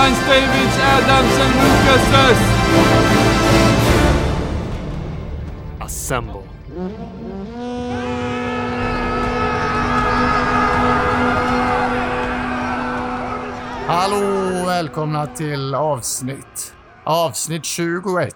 Lines, Davids, Adams and Lucases. Assemble. Hallå, välkomna till avsnitt 21.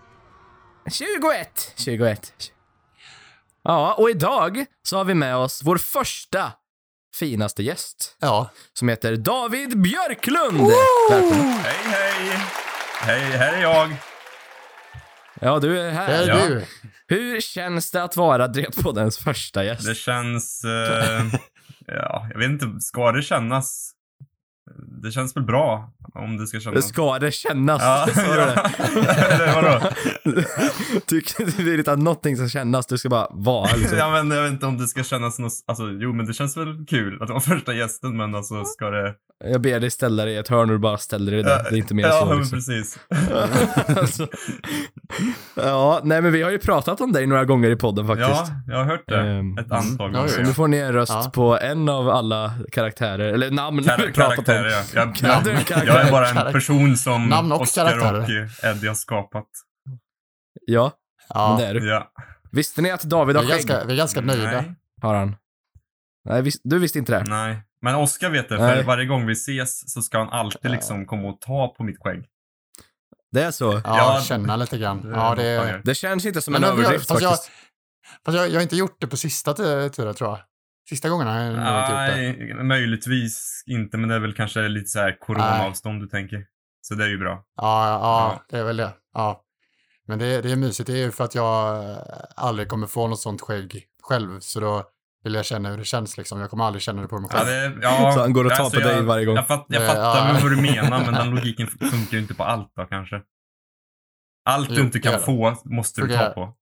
21. Ja, och idag så har vi med oss vår första finaste gäst. Ja. Som heter David Björklund. Välkommen. Hej. Hej, här är jag. Ja, du är här. Det är du. Hur känns det att vara Dretpoddens första gäst? Det känns... ja, jag vet inte. Ska det kännas? Det känns väl bra om det ska kännas. Ska det kännas? Ja, Så är det. Eller vadå? Tycker du inte att någonting ska kännas? Du ska bara vara liksom. Ja, men jag vet inte om det ska kännas något... Alltså, jo, men det känns väl kul att vara första gästen, men alltså ska det... Jag ber dig ställa dig i ett hörn och du bara ställer dig där. Det är inte mer så. Ja, men liksom. precis. Alltså, ja, nej men vi har ju pratat om dig några gånger i podden faktiskt. Ja, jag har hört det. Ett antal gånger. Så nu får ni en röst på en av alla karaktärer, eller namn vi pratat Karaktärer, om. ja. Jag är bara en person som Namn och Oscar karaktärer. och Eddie har skapat. Ja, Ja. men det är du. Ja. Visste ni att David har skägg? Vi är ganska nöjda. Nej. Har han? Nej, du visste inte det? Nej, men Oscar vet det, för Nej. varje gång vi ses så ska han alltid liksom komma och ta på mitt skägg. Det är så? Ja, känna lite grann. Ja, det... Det känns inte som Men en nu- överdrift fast faktiskt. Fast jag har inte gjort det på sista tiden, tror jag. Sista gången har jag nog inte gjort det. Nej, möjligtvis inte, men det är väl kanske lite så här coronaavstånd du tänker. Så det är ju bra. Ja, det är väl det. Ja. Men det är mysigt. Det är ju för att jag aldrig kommer få något sånt skägg själv. Så då vill jag känna hur det känns liksom. Jag kommer aldrig känna det på mig själv. Så han går och tar på dig varje gång. Jag fattar vad du menar, men den logiken funkar ju inte på allt då kanske. Allt du inte kan få måste du ta på.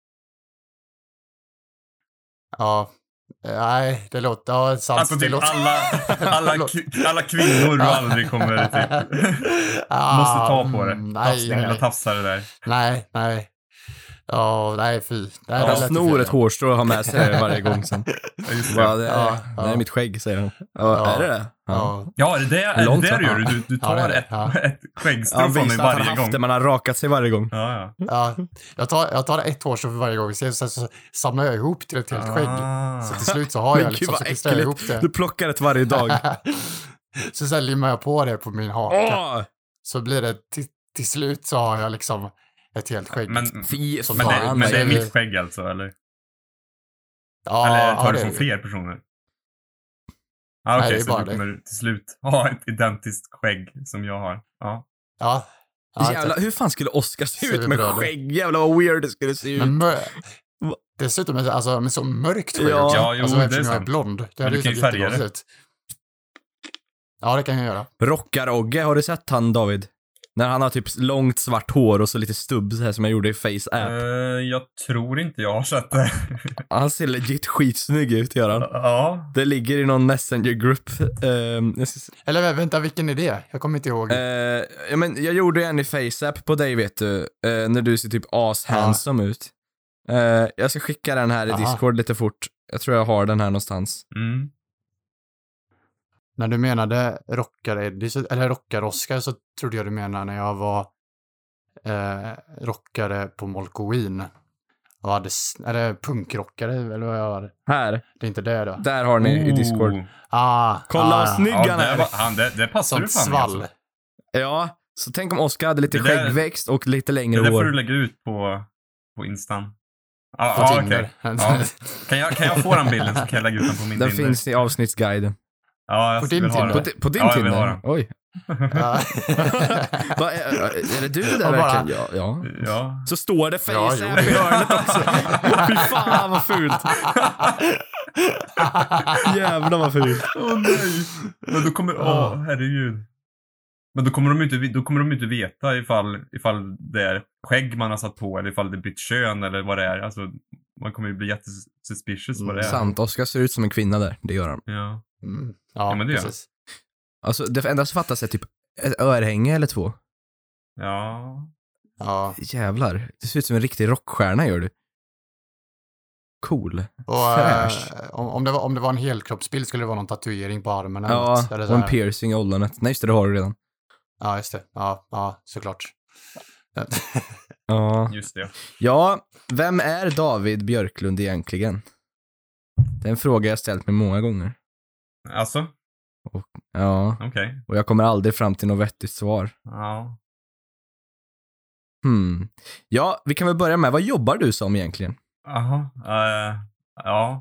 Ja. Nej, det låter... Ja, sant. Alltså det typ låter... alla kvinnor du aldrig kommer typ måste ta på det. Nej. Tafsar det där. Nej. Ja, nej, fy. Nej, det Han lät snor fel. ett hårstrå och har med sig det varje gång sen. Bara, det är Ja. mitt skägg, säger han. Ja, är det det? Ja. Ja, är det Långt, det du va? gör? Du tar Ja, det är det. ett skäggstrå Han från mig visste att han varje haft gång. det, men han har rakat sig varje gång. Ja. Ja, jag tar ett hårstrå för varje gång. Sen så samlar jag ihop till ett helt skägg. Så till slut så har jag Men liksom, gud så vad klistrar jag ihop äckligt. det. Du plockar ett varje dag. Så limmar jag på det på min haka. Åh! Så blir det till slut så har jag liksom ett helt skägg. Fy Som Men fan, det är men- mitt skägg alltså, eller? ja, Eller tar ja, du det från är- fler personer? Nej, det Okej, är så bara du kommer till slut ha ett identiskt skägg som jag har. Ja. Ja. Jävlar, hur fan skulle Oscar se Ser ut vi med bra ut? skägg? Jävlar vad weird det skulle se ut. Men dessutom med så mörkt skägg Ja. också. Ja, jo, alltså, det är eftersom jag är sant. blond. Det Men hade du kan ju sett färga jättekonstigt ut. Ja, det kan jag göra. Rockar-Ogge, har du sett han David? När han har typ långt svart hår och så lite stubb så här som jag gjorde i Face App. Jag tror inte jag har sett det. Han ser legit skitsnygg ut, gör han. Ja. Det ligger i någon Messenger-grupp. Eller vänta, vilken är det? Jag kommer inte ihåg. Ja, men jag gjorde en i Face App på dig, vet du. När du ser typ as-handsome ut. Jag ska skicka den här i Aha. Discord lite fort. Jag tror jag har den här någonstans. Mm. När du menade rockar-Oscar så trodde jag du menade när jag var rockare på Molkowin. Och hade, eller punkrockare, eller vad jag var. Här. Det är inte det då. Där har ni i Discord. ja. Kolla vad snygg han är. Det passar du Sånt fan med, svall. alltså. Ja, så tänk om Oscar hade lite Det där- skäggväxt och lite Det längre där får hår. du lägga ut på Instan. På Ja, Tinder. okej. Ja. Kan jag få den bilden så kan jag lägga ut den på min Den Tinder. finns i avsnittsguiden. Ja, jag På din vill ha Tinder? den. På din Ja, jag vill ha Tinder? den. Oj. Ja. Är det du där Och bara- verkligen? Ja. Ja. Så står det Ja, Face jo. App i hörnet också. Fy fan vad fult. Jävlar vad fult. Åh nej. Men då kommer, herregud. Men då kommer de inte veta ifall det är skägg man har satt på eller ifall det är bytt kön eller vad det är. Alltså, man kommer ju bli jättesuspicious vad det är. Sant, Oscar ser ut som en kvinna där. Det gör han. Ja. Ja, men det gör precis. Alltså, det enda som fattas är typ ett örhänge eller två. Ja. Ja. Jävlar. Det ser ut som en riktig rockstjärna, gör du. Cool. Och Fräsch. om det var en helkroppsbild skulle det vara någon tatuering på armen eller Ja, något. Eller och så en här. piercing i ollonet. Nej, just det har du redan. Ja, just det. Ja, såklart. Ja. Just det. Ja, vem är David Björklund egentligen? Det är en fråga jag ställt mig många gånger. Alltså, Ja, okej. och jag kommer aldrig fram till något vettigt svar. Ja. Ja, vi kan väl börja med, vad jobbar du som egentligen? Jaha. Ja.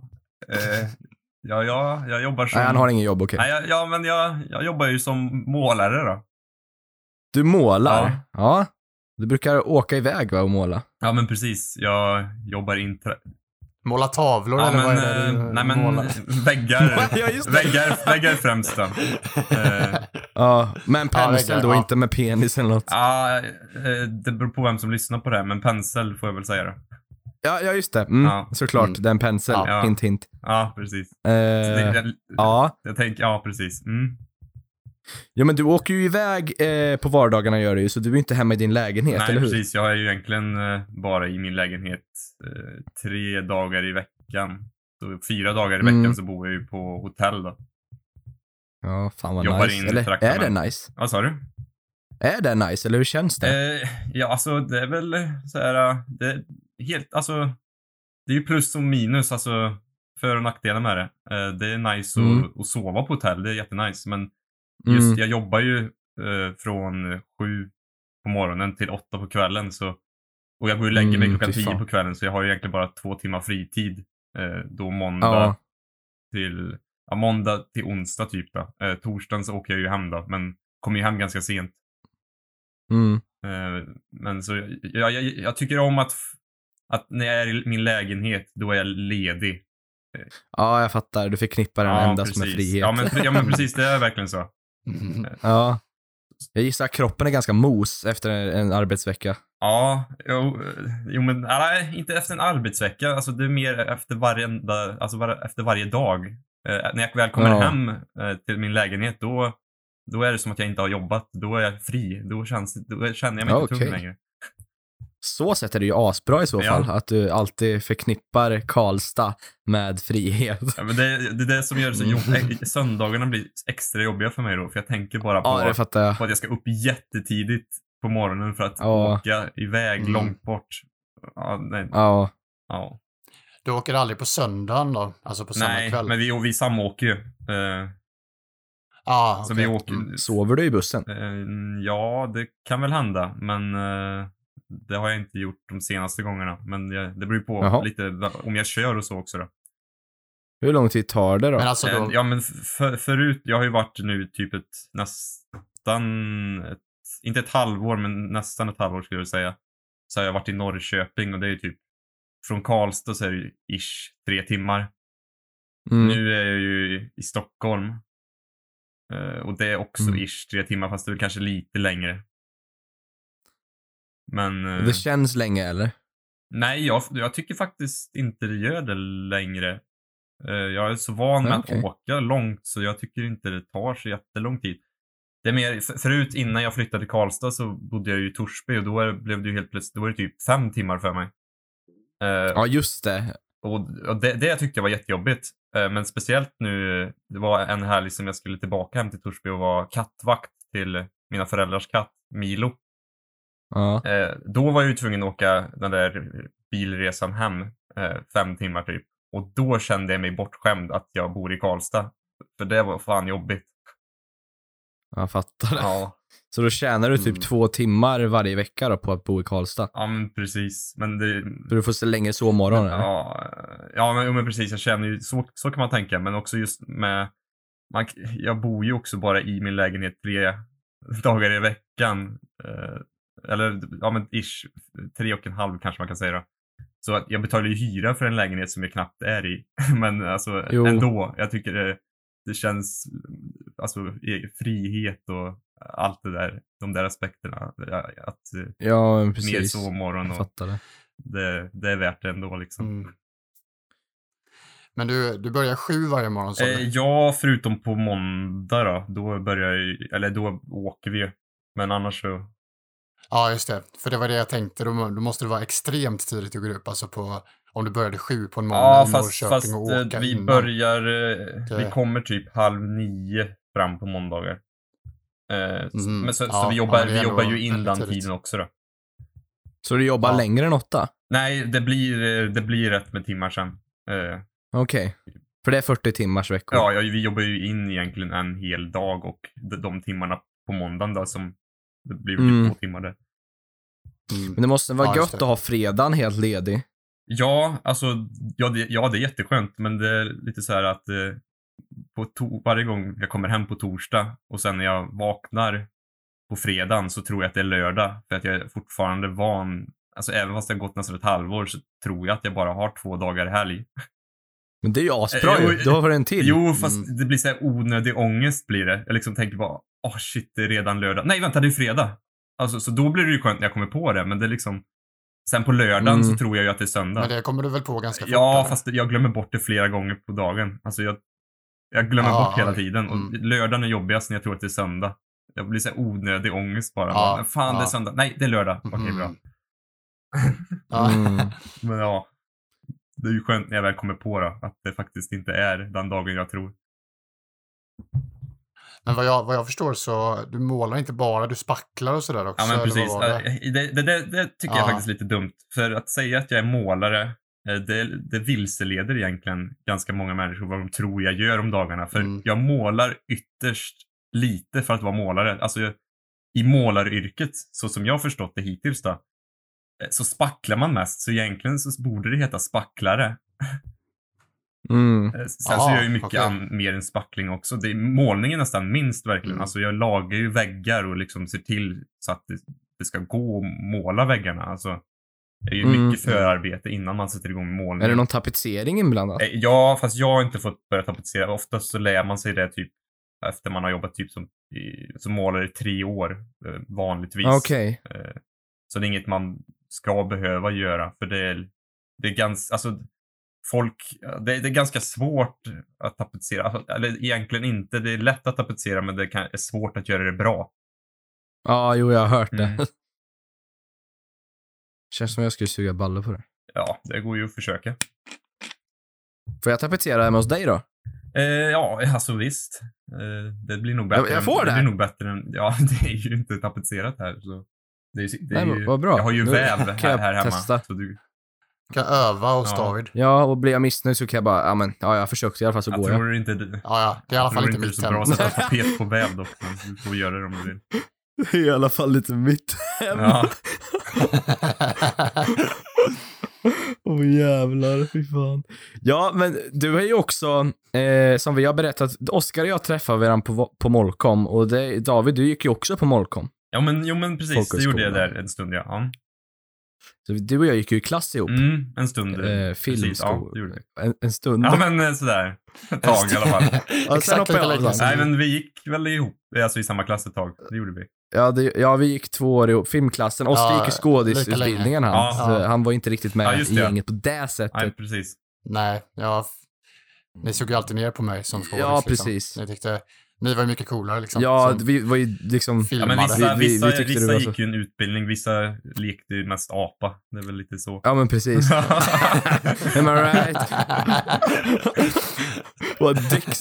Jag jobbar som... Nej, han har ingen jobb, okej. Nej, men jag jobbar ju som målare då. Du målar? Ja. Ja. Du brukar åka iväg och måla. Ja, men precis. Jag jobbar Måla tavlor Ja, eller men, vad är det du nej, men målar? väggar. Ja, just det. väggar främst då. Ja, men pensel väggar, då, ja. inte med penis eller något. Ja, det beror på vem som lyssnar på det här, men pensel får jag väl säga då. Ja, just det. Ja. Såklart, det är en pensel. Ja. Hint, hint. Ja, precis. Ja. Jag tänker, ja precis. Ja, men du åker ju iväg på vardagarna gör du ju, så du är inte hemma i din lägenhet, Nej, eller hur? precis. Jag är ju egentligen bara i min lägenhet 3 dagar i veckan. Så 4 dagar i veckan så bor jag ju på hotell då. Ja, fan vad Jobbar nice. in Eller trakterna. är det nice? Vad sa du? Är det nice, eller hur känns det? Ja, alltså det är väl så här, det är helt, alltså det är ju plus och minus, alltså för- och nackdelar med det. Det är nice att sova på hotell, det är jättenice, men just jag jobbar ju från 7 på morgonen till 8 på kvällen, så, och jag går och lägger mig klockan fy 10 fan. på kvällen, så jag har ju egentligen bara 2 timmar fritid då måndag till onsdag typ då. Torsdagen så åker jag ju hem då, men kommer ju hem ganska sent. Men så jag tycker om att när jag är i min lägenhet, då är jag ledig. Ja, jag fattar. Du förknippar den endast med precis. frihet. Ja, men precis, det är verkligen så. Ja. Jag gissar att kroppen är ganska mos efter en arbetsvecka. Ja, jo men nej, inte efter en arbetsvecka. Alltså det är mer efter efter varje dag. När jag väl kommer hem till min lägenhet, då är det som att jag inte har jobbat. Då är jag fri. Då känner jag mig inte tung längre. Så sätt är det ju asbra i så fall. Att du alltid förknippar Karlstad med frihet. Ja, men det är det som gör det så jobbigt. Söndagarna blir extra jobbiga för mig då. För jag tänker bara på att jag ska upp jättetidigt på morgonen för att åka iväg långt bort. Ja. Du åker aldrig på söndagen då? Alltså på samma kväll? Nej, men vi samåker ju. Så okay. vi åker... Sover du i bussen? Ja, det kan väl hända. Men det har jag inte gjort de senaste gångerna. Men det beror på lite om jag kör och så också då. Hur lång tid tar det då? Men alltså då... Ja, men förut, jag har ju varit nu typ inte ett halvår, men nästan ett halvår skulle jag säga. Så har jag varit i Norrköping och det är ju typ från Karlstad så är det ju 3 timmar. Nu är jag ju i Stockholm. Och det är också 3 timmar, fast det är kanske lite längre. Men... Det känns länge, eller? Nej, jag tycker faktiskt inte det gör det längre. Jag är så van med att åka långt, så jag tycker inte det tar så jättelång tid. Det är mer, förut innan jag flyttade till Karlstad så bodde jag ju i Torsby, och då blev det ju helt plötsligt, då var det typ 5 timmar för mig. Ja, just det. Och det jag tyckte var jättejobbigt. Men speciellt nu, det var en helg som jag skulle tillbaka hem till Torsby och vara kattvakt till mina föräldrars katt, Milo. Ja. Då var jag ju tvungen att åka den där bilresan hem 5 timmar typ. Och då kände jag mig bortskämd att jag bor i Karlstad. För det var fan jobbigt. Jag fattar det. Ja. Så då tjänar du typ 2 timmar varje vecka då på att bo i Karlstad? Ja, men precis. Men så du får se längre sovmorgon, eller? Ja, men precis. Jag känner ju, så kan man tänka. Men också just med... jag bor ju också bara i min lägenhet 3 dagar i veckan. Eller, ja men 3,5 kanske man kan säga då. Så att jag betalar ju hyra för en lägenhet som jag knappt är i. Men alltså ändå, jag tycker det känns, alltså frihet och allt det där, de där aspekterna. Att precis. Mer sovmorgon och det. Det är värt det ändå liksom. Men du börjar 7 varje morgon? Ja, förutom på måndag då då åker vi. Men annars så... Ja, just det. För det var det jag tänkte. Då måste det vara extremt tidigt att gå upp. Alltså om du började 7 på en måndag i Norrköping och åka vi innan. Vi kommer typ 8:30 fram på måndagar. Men så Ja, vi ja, jobbar, det är vi ändå jobbar ju in väldigt den tidigt. tiden också då. Så du jobbar Ja. längre än 8? Nej, det blir rätt med timmar sen. Okej. För det är 40 timmars veckor. Ja, vi jobbar ju in egentligen en hel dag och de timmarna på måndagen då som det blir ju 2 timmar där. Men det måste vara Ja, just gött det. att ha fredagen helt ledig. Ja, alltså, det är jätteskönt, men det är lite så här att varje gång jag kommer hem på torsdag och sen när jag vaknar på fredagen så tror jag att det är lördag, för att jag är fortfarande van, alltså även fast det har gått nästan ett halvår så tror jag att jag bara har 2 dagar helg. Men det är ju asbra ju. Du har väl en till? Jo, fast det blir så här onödig ångest blir det. Jag liksom tänker bara, shit, det är redan lördag. Nej, vänta, det är fredag. Alltså, så då blir det ju skönt när jag kommer på det, men det är liksom, sen på lördagen så tror jag ju att det är söndag. Men det kommer du väl på ganska fort? Ja, eller? fast jag glömmer bort det flera gånger på dagen. Alltså jag glömmer bort hela tiden. Och lördagen är jobbigast när jag tror att det är söndag. Jag blir så här onödig ångest bara. Ja, Men fan, det är söndag. Nej, det är lördag. Okej, bra. Ja. Men ja, det är ju skönt när jag väl kommer på då, att det faktiskt inte är den dagen jag tror. Men vad jag förstår så, du målar inte bara, du spacklar och sådär också. Ja, men eller precis. vad var det? Det tycker jag faktiskt är lite dumt. För att säga att jag är målare, det vilseleder egentligen ganska många människor vad de tror jag gör om dagarna. För jag målar ytterst lite för att vara målare. Alltså i målaryrket, så som jag har förstått det hittills då, så spacklar man mest. Så egentligen så borde det heta spacklare. Sen så gör jag ju mycket mer än spackling också. Målningen nästan minst verkligen. Alltså jag lagar ju väggar och liksom ser till så att det ska gå att måla väggarna. Alltså det är ju mycket förarbete innan man sätter igång med målning. Är det någon tapetsering inblandat? Ja, fast jag har inte fått börja tapetsera. Oftast så lär man sig det typ efter man har jobbat typ som målare i 3 år vanligtvis. Okej. Så det är inget man ska behöva göra, för det är ganska, alltså det är ganska svårt att tapetsera. Alltså, eller egentligen inte, det är lätt att tapetsera, men det är svårt att göra det bra. Ja, jo, jag har hört det. Känns som jag skulle suga baller på det. Ja, det går ju att försöka. Får jag tapetsera hemma hos dig då? Ja, alltså visst. Det blir nog bättre. Jag får det? Det blir nog bättre än, ja, det är ju inte tapetserat här, så det är Nej, ju, vad bra. jag har ju Nu väv kan jag här hemma. testa. Så du kan öva hos Ja. David. Ja, och blir jag missnöjd så kan jag bara, jag har försökt i alla fall så jag går jag. tror inte det. Ja, det är i alla fall inte det är mitt så bra hem. att sätta tapet på väv dock, men du får göra det om du vill. Det är i alla fall lite mitt hem. Ja. Jävlar, fy fan. Ja, men du är ju också, som vi har berättat, Oskar och jag träffade varandra på Molkom, och David, du gick ju också på Molkom. Jo men precis, det gjorde jag där en stund, ja. Så du och jag gick ju i klass ihop. En stund. Precis, ja, det gjorde vi. En stund. Ja, men sådär. Ett tag i alla fall. Ja, sen hoppade jag av. Nej, men vi gick väl ihop, alltså i samma klass ett tag. Det gjorde vi. Ja, vi gick 2 år ihop, filmklassen. Oskar gick i skådisutbildningen han. Ja. Så han var inte riktigt med just i det. gänget på det sättet. Nej, precis. Nej, ni såg ju alltid ner på mig som skådis. Ja, liksom. precis. Ni tyckte, ni var ju mycket coolare liksom. Ja, som vi var ju liksom... Ja, men filmade. vissa vi tyckte det var så. gick ju en utbildning, vissa lekte ju mest apa. Det är väl lite så. Ja, men precis. Am I right? What dicks.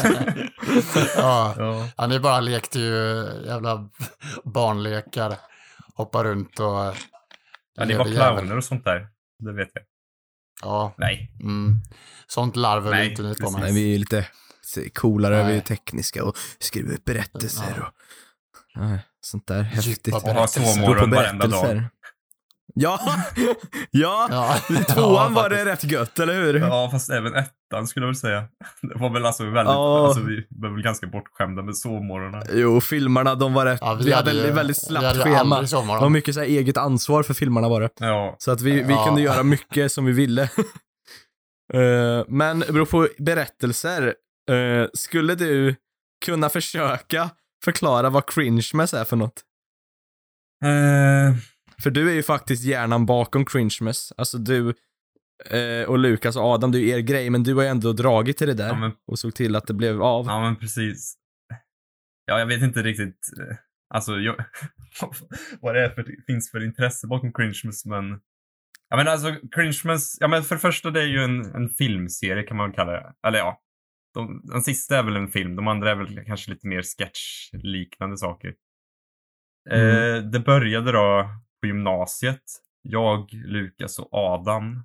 Ja, ni bara lekte ju jävla barnlekar. Hoppa runt och... Ja, ni var clowner och sånt där. Det vet jag. Ja. Nej. Sånt larver Nej, inte ni på precis. mig. Nej, vi är lite coolare, Nej. vi är tekniska och skriver upp berättelser och sånt där häftigt. Djupa Och ha berättelser. sovmorgon varenda dag. Ja, ja. Ja. Tvåan var det rätt gött, eller hur? Ja, fast även ettan skulle jag väl säga. Det var väl alltså väldigt, alltså vi var väl ganska bortskämda med sovmorgonen. Jo, filmarna, de var rätt, Ja, vi hade väldigt slappt schema. Det var mycket så här eget ansvar för filmarna var det. Ja. Så att vi kunde göra mycket som vi ville. Men beror på berättelser, skulle du kunna försöka förklara vad cringemess är för något? För du är ju faktiskt hjärnan bakom cringemess. Alltså du och Lukas och Adam, du är er grej, men du har ju ändå dragit till det där och såg till att det blev av. Ja, men precis. Ja, jag vet inte riktigt alltså vad det finns för intresse bakom cringemess, men ja, men alltså cringemess, ja, men för det första, det är ju en filmserie kan man kalla det. Eller ja, Den sista är väl en film, de andra är väl kanske lite mer sketch-liknande saker. Det började då på gymnasiet. Jag, Lukas och Adam.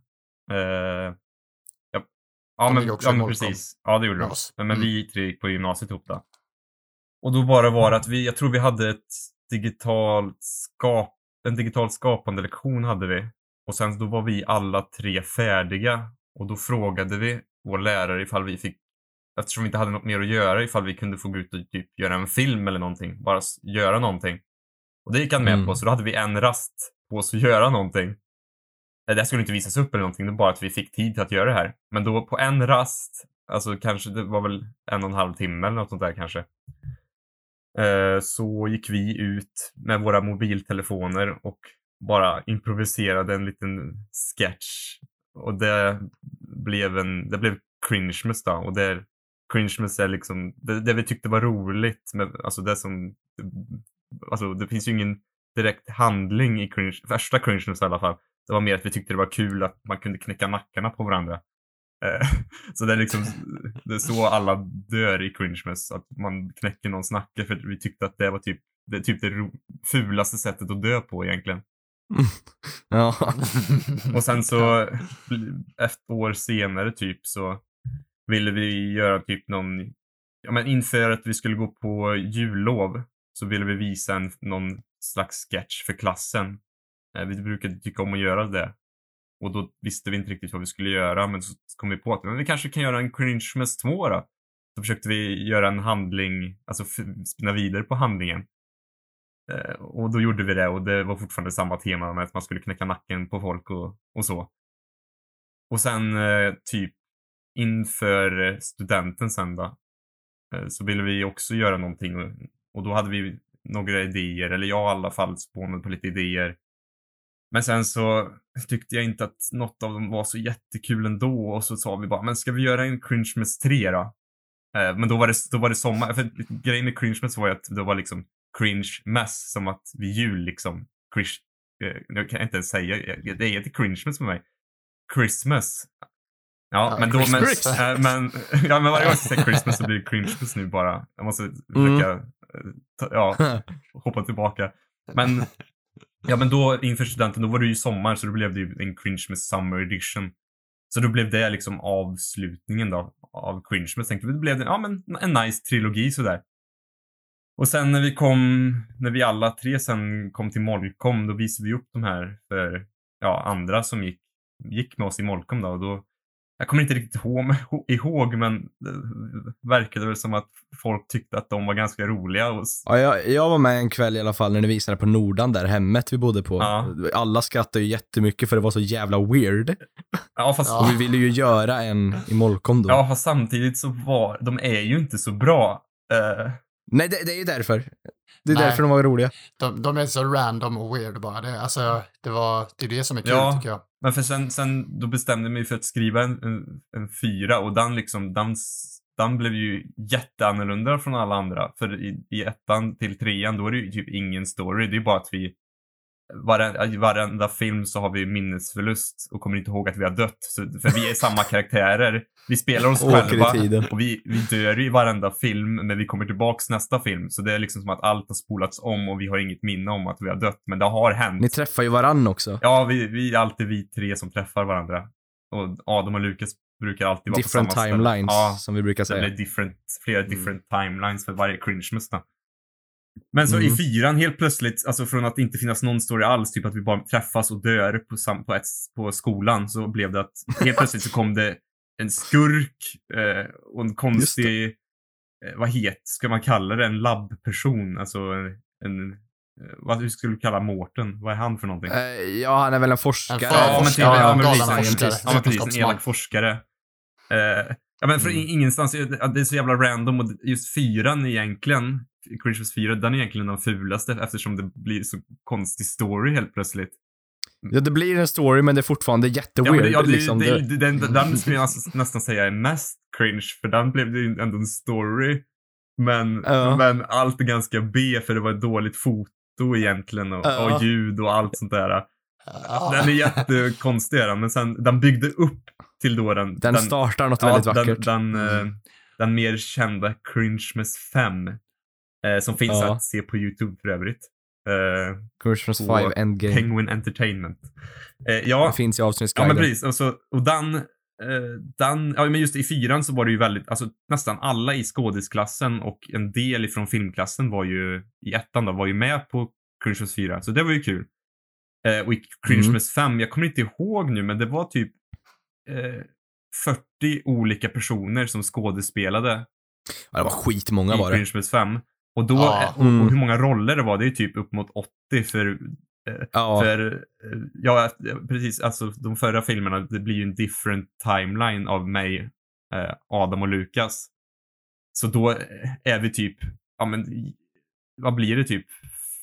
Men precis. Ja, det gjorde de. Men vi 3 gick på gymnasiet ihop då. Och då bara var det att jag tror vi hade en digitalt skapande lektion hade vi. Och sen då var vi alla 3 färdiga. Och då frågade vi vår lärare ifall vi fick, eftersom vi inte hade något mer att göra, ifall vi kunde få gå ut och typ göra en film eller någonting. Bara göra någonting. Och det gick han med på, så då hade vi en rast på oss att göra någonting. Det skulle inte visas upp eller någonting, det var bara att vi fick tid till att göra det här. Men då på en rast, alltså kanske det var väl 1,5 timme eller något sånt där kanske. Så gick vi ut med våra mobiltelefoner och bara improviserade en liten sketch. Och det blev Cringemas då. Och Cringemas är liksom det vi tyckte var roligt med, alltså det som, alltså det finns ju ingen direkt handling i första Cringemas i alla fall. Det var mer att vi tyckte det var kul att man kunde knäcka nackarna på varandra. Så det är liksom, det är så alla dör i Cringemas, att man knäcker någons nacke, för vi tyckte att det var typ det fulaste sättet att dö på egentligen. Ja. Och sen så ett år senare typ så ville vi göra typ inför att vi skulle gå på jullov så ville vi visa någon slags sketch för klassen. Vi brukade tycka om att göra det. Och då visste vi inte riktigt vad vi skulle göra, men så kom vi på att vi kanske kan göra en Cringemas 2 då. Så försökte vi göra en handling, alltså spinna vidare på handlingen. Och då gjorde vi det, och det var fortfarande samma tema med att man skulle knäcka nacken på folk och så. Och sen typ inför studenten sen då, så ville vi också göra någonting, och då hade vi några idéer, eller jag i alla fall spånade på lite idéer. Men sen så tyckte jag inte att något av dem var så jättekul ändå, och så sa vi bara, men ska vi göra en Cringemas 3 då? Men då var det sommar, för grejen med Cringemas var ju att det var liksom Cringemas, som att vid jul liksom, jag kan inte ens säga, det heter Cringemas för mig. Christmas. Ja, men då, men varje gång jag säger Christmas så blir det Cringemas nu bara. Jag måste försöka, hoppa tillbaka. Men då inför studenten, då var det ju sommar, så då blev det ju en Cringemas Summer Edition. Så då blev det liksom avslutningen då av Cringemas. Tänkte vi, det blev en nice trilogi sådär. Och sen när vi alla 3 sen kom till Molkom, då visade vi upp de här för andra som gick med oss i Molkom då. Och då, jag kommer inte riktigt ihåg, men det verkade väl som att folk tyckte att de var ganska roliga. Ja, jag var med en kväll i alla fall när ni visade på Nordan, där hemmet vi bodde på. Ja. Alla skrattade ju jättemycket för det var så jävla weird. Ja, fast och vi ville ju göra en i Molkom då. Ja, fast samtidigt så de är ju inte så bra. Nej, det är ju därför. Det är därför de var roliga. De är så random och weird bara. Det är det som är kul, tycker jag. Men för sen då bestämde jag mig för att skriva en 4, och den blev ju jätteannorlunda från alla andra. För i 1:an till 3:an då är det ju typ ingen story. Det är bara att vi varenda film så har vi minnesförlust och kommer inte ihåg att vi har dött. För vi är samma karaktärer. Vi spelar oss själva och vi dör i varenda film, men vi kommer tillbaks nästa film. Så det är liksom som att allt har spolats om och vi har inget minne om att vi har dött. Men det har hänt. Ni träffar ju varann också. Ja, vi är alltid vi 3 som träffar varandra. Och Adam och Lukas brukar alltid vara different på samma timelines, ställe. som vi brukar säga. Det blir flera different timelines för varje Cringemas då. Men så i 4:an helt plötsligt, alltså från att inte finnas någon story alls, typ att vi bara träffas och dör på skolan, så blev det att helt plötsligt så kom det en skurk och en konstig, ska man kalla det, en labbperson, alltså hur skulle du kalla Mårten? Vad är han för någonting? Ja, han är väl en forskare. En elak forskare. Men för ingenstans, det är så jävla random, och just 4:an egentligen, Cringemas 4, den är egentligen den fulaste, eftersom det blir så konstig story helt plötsligt. Ja, det blir en story, men det är fortfarande jätteweird. Den skulle jag nästan säga är mest cringe, för den blev det ändå en story, men allt är ganska B, för det var ett dåligt foto egentligen, och ljud och allt sånt där. Den är jättekonstig, men sen den byggde upp till då den startar något väldigt vackert. den mer kända Christmas 5. Som finns att se på YouTube för övrigt. Christmas 5 Endgame. Penguin Entertainment. Det finns i avsnittsguiden. Ja, men precis. Och men just i 4 så var det ju väldigt, alltså nästan alla i skådisklassen och en del ifrån filmklassen var ju, i 1 då, var ju med på Christmas 4. Så det var ju kul. Och i Christmas 5, jag kommer inte ihåg nu, men det var typ 40 olika personer som skådespelade. Ja, det var skitmånga var det. Christmas 5. Och då, och hur många roller det var, det är typ upp mot 80 för precis, alltså de förra filmerna, det blir ju en different timeline av mig, Adam och Lukas. Så då är vi typ, vad blir det typ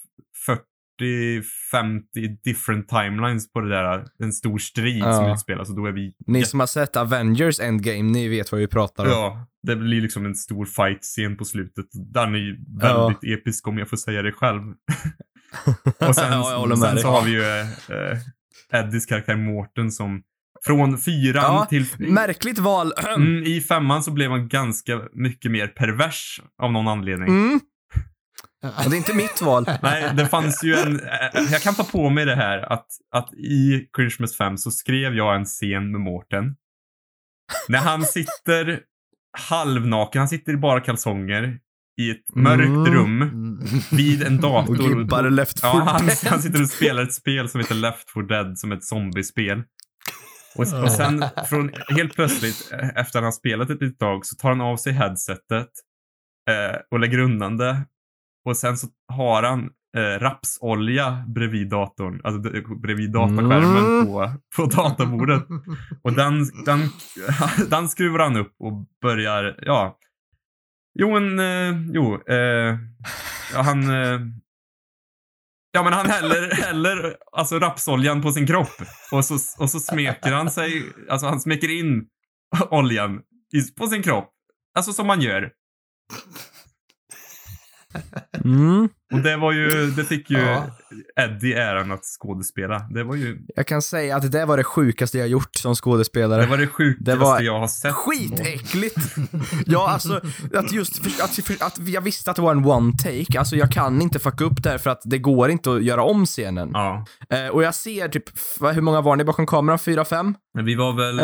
40-50 different timelines på det där, en stor strid som utspelas, och då är vi... Ni som har sett Avengers Endgame, ni vet vad vi pratar om. Ja, det blir liksom en stor fight-scen på slutet. Den är ju väldigt episk, om jag får säga det själv. Och sen så har vi ju Eddies karaktär Mårten som från 4 till... Märkligt val. I 5 så blev han ganska mycket mer pervers av någon anledning. Det är inte mitt val. Nej, det fanns ju jag kan ta på mig det här att i Christmas 5 så skrev jag en scen med Mårten. När han sitter halvnaken, han sitter i bara kalsonger i ett mörkt rum vid en dator. Och bara Left 4 Dead. Han sitter och spelar ett spel som heter Left 4 Dead, som ett zombiespel. Och sen helt plötsligt, efter att han spelat ett litet tag, så tar han av sig headsetet och lägger undan det. Och sen så har han rapsolja bredvid datorn, alltså bredvid dataskärmen på databordet. Och den skruvar han upp och börjar, han häller alltså rapsoljan på sin kropp, och så smeker han sig, alltså han smeker in oljan på sin kropp, alltså som man gör. Och det fick ju Eddie äran att skådespela. Det var ju... Jag kan säga att det var det sjukaste jag gjort som skådespelare. Det var det sjukaste jag har sett. Skitäckligt. Ja, alltså att jag visste att det var en one take. Alltså jag kan inte fucka upp det, för att det går inte att göra om scenen. Ja. Och jag ser typ, hur många var ni bakom kameran? 4-5? Men vi var väl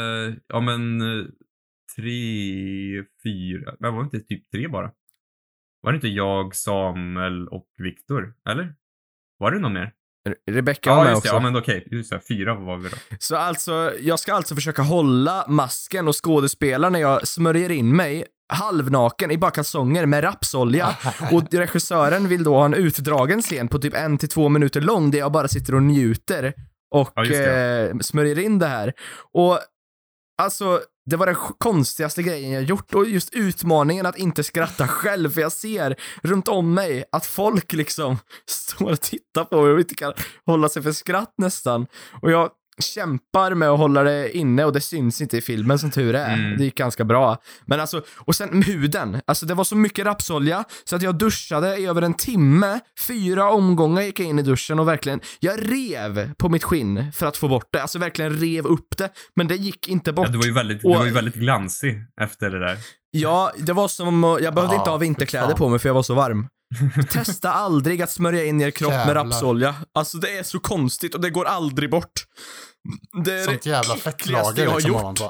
3, 4. Men var det inte typ 3 bara? Var det inte jag, Samuel och Viktor? Eller? Var det någon mer? Rebecca var med också. Ja, men okej. Just det, 4 var vi då. Så alltså, jag ska alltså försöka hålla masken och skådespela när jag smörjer in mig halvnaken i bara kalsonger med rapsolja. Och regissören vill då ha en utdragen scen på typ 1-2 minuter lång, där jag bara sitter och njuter och smörjer in det här. Och alltså, det var den konstigaste grejen jag gjort, och just utmaningen att inte skratta själv, för jag ser runt om mig att folk liksom står och tittar på mig och inte kan hålla sig för skratt nästan. Och jag kämpar med att hålla det inne, och det syns inte i filmen, som tur är. Det gick ganska bra. Men alltså, och sen huden. Alltså det var så mycket rapsolja så att jag duschade i över en timme. 4 omgångar gick jag in i duschen, och verkligen, jag rev på mitt skinn för att få bort det. Alltså verkligen rev upp det, men det gick inte bort. Ja, du var ju väldigt glansig efter det där. Ja, det var som, jag behövde inte ha vinterkläder på mig för jag var så varm. Testa aldrig att smörja in er kropp med rapsolja. Alltså det är så konstigt, och det går aldrig bort. Det är sånt jävla fettlager jag har liksom, gjort.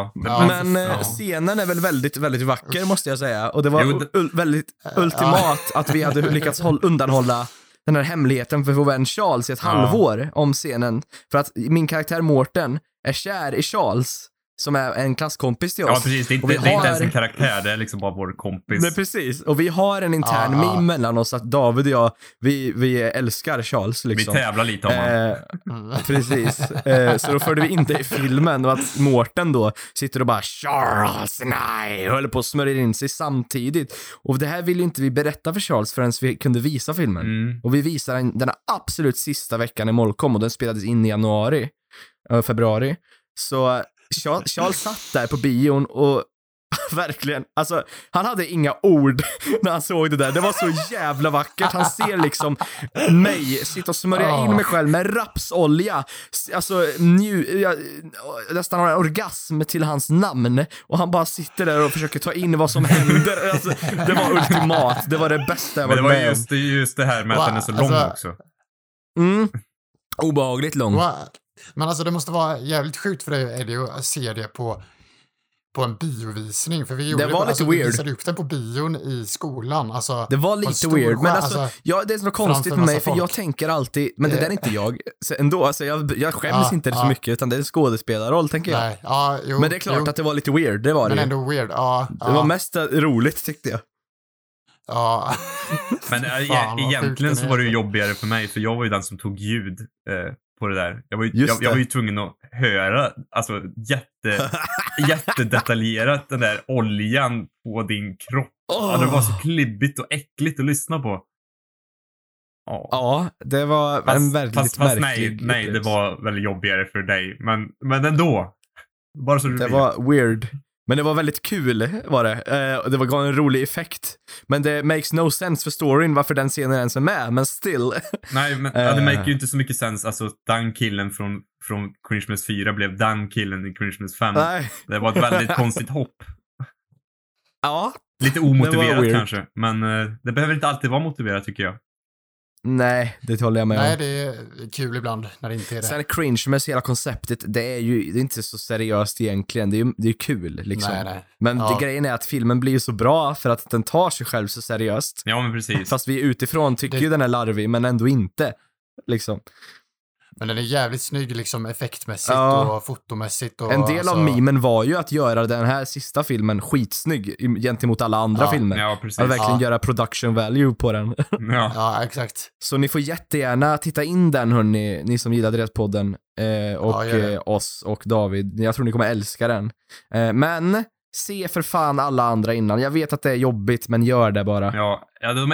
Men scenen är väl väldigt, väldigt vacker, måste jag säga. Och det var väldigt ultimat att vi hade lyckats undanhålla den här hemligheten för vår vän Charles i ett halvår om scenen. För att min karaktär Mårten är kär i Charles, som är en klasskompis till oss. Ja, precis. Det är inte ens en karaktär, det är liksom bara vår kompis. Nej, precis. Och vi har en intern meme mellan oss, att David och jag, vi älskar Charles liksom. Vi tävlar lite om honom. Precis. Så då förde vi in det i filmen, och att Mårten då sitter och bara Charles, nej, håller på att smörja in sig samtidigt. Och det här ville inte vi berätta för Charles förrän vi kunde visa filmen. Och vi visade den absolut sista veckan i Molkom, och den spelades in i februari. Så Charles satt där på bion, och Verkligen. Alltså, han hade inga ord när han såg det där. Det var så jävla vackert. Han ser liksom mig sitta och smörja in mig själv med rapsolja. Alltså, nästan har en orgasm till hans namn. Och han bara sitter där och försöker ta in vad som händer. Alltså, det var ultimat. Det var det bästa jag varit med om. Men det var just det här med att den är så lång också. Obehagligt lång. Men alltså det måste vara jävligt sjukt för dig, Eddie, att se det på en biovisning. För vi gjorde det var lite weird. Vi visade upp den på bion i skolan. Alltså, det var lite weird, men alltså det är så konstigt med mig, för jag tänker alltid, men det där är inte jag. Så ändå, alltså jag skäms inte så mycket, utan det är en skådespelarroll, tänker jag. Nej, men det är klart att det var lite weird, det var det. Men ändå weird, Det var mest roligt, tyckte jag. Ja. Men egentligen så var det ju jobbigare för mig, för jag var ju den som tog ljud på det där. Jag var ju tvungen att höra, alltså jättedetaljerat den där oljan på din kropp. Det var så klibbigt och äckligt att lyssna på. Ja, det var en väldigt märklig. Nej, det var väldigt jobbigare för dig, men ändå. Bara så det var weird. Men det var väldigt kul, var det. Det var en rolig effekt. Men det makes no sense för storyn varför den scenen ens är med, men still. Nej, men det make ju inte så mycket sens. Alltså, den killen från Christmas 4 blev den killen i Christmas 5. Nej. Det var ett väldigt konstigt hopp. Ja. Lite omotiverat kanske, men det behöver inte alltid vara motiverat, tycker jag. Nej, det håller jag med om. Nej, det är kul ibland när det inte är det. Sen cringe med hela konceptet, det är inte så seriöst egentligen. Det är ju kul, liksom. Nej. Men grejen är att filmen blir ju så bra för att den tar sig själv så seriöst. Ja, men precis. Fast vi utifrån tycker ju den är larvig, men ändå inte, liksom. Men den är jävligt snygg, liksom, effektmässigt och fotomässigt. Och, en del av memen var ju att göra den här sista filmen skitsnygg gentemot alla andra filmer. Ja, precis. Att verkligen göra production value på den. Ja, exakt. Så ni får jättegärna titta in den, hörni, ni som gillar Drespodden och oss och David. Jag tror ni kommer älska den. Men se för fan alla andra innan. Jag vet att det är jobbigt, men gör det bara. Ja, de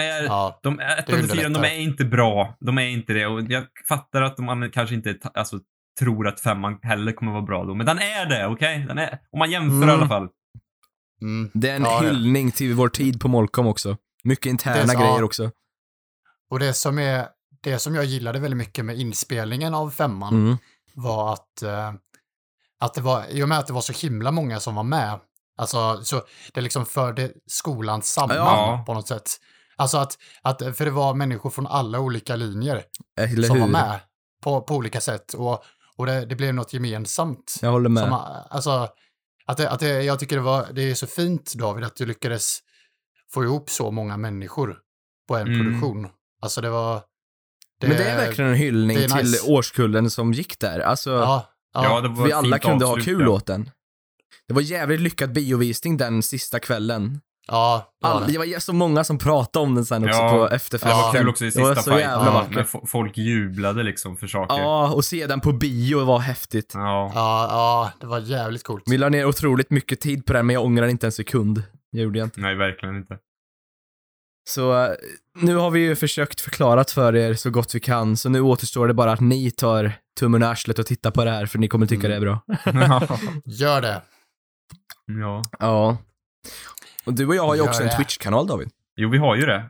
är inte bra. De är inte det. Och jag fattar att man kanske inte tror att 5:an heller kommer vara bra då. Men den är det, okej? Den är, om man jämför i alla fall. Det är en hyllning till vår tid på Molkom också. Mycket interna grejer också. Och det som jag gillade väldigt mycket med inspelningen av 5:an var att det var, i och med att det var så himla många som var med. Alltså, så det liksom förde skolan samman på något sätt. Alltså för det var människor från alla olika linjer som var med på olika sätt. Och det blev något gemensamt. Jag håller med. Jag tycker det är så fint, David, att du lyckades få ihop så många människor på en produktion. Alltså men det är verkligen en hyllning till årskullen som gick där. Alltså, vi alla kunde ha kul åt den. Det var jävligt lyckad biovisning den sista kvällen. Ja, det var så många som pratade om den sen också på efterfesten. Det var kul också i sista fight. När folk jublade liksom för saker. Ja, och se den på bio var häftigt. Ja, det var jävligt coolt. Vi la ner otroligt mycket tid på den, men jag ångrar inte en sekund. Jag gjorde inte. Nej, verkligen inte. Så nu har vi ju försökt förklarat för er så gott vi kan. Så nu återstår det bara att ni tar tummen och arslet och tittar på det här, för ni kommer tycka det är bra. Gör det. Ja. Och du och jag har ju också en Twitch-kanal, David. Jo, vi har ju det.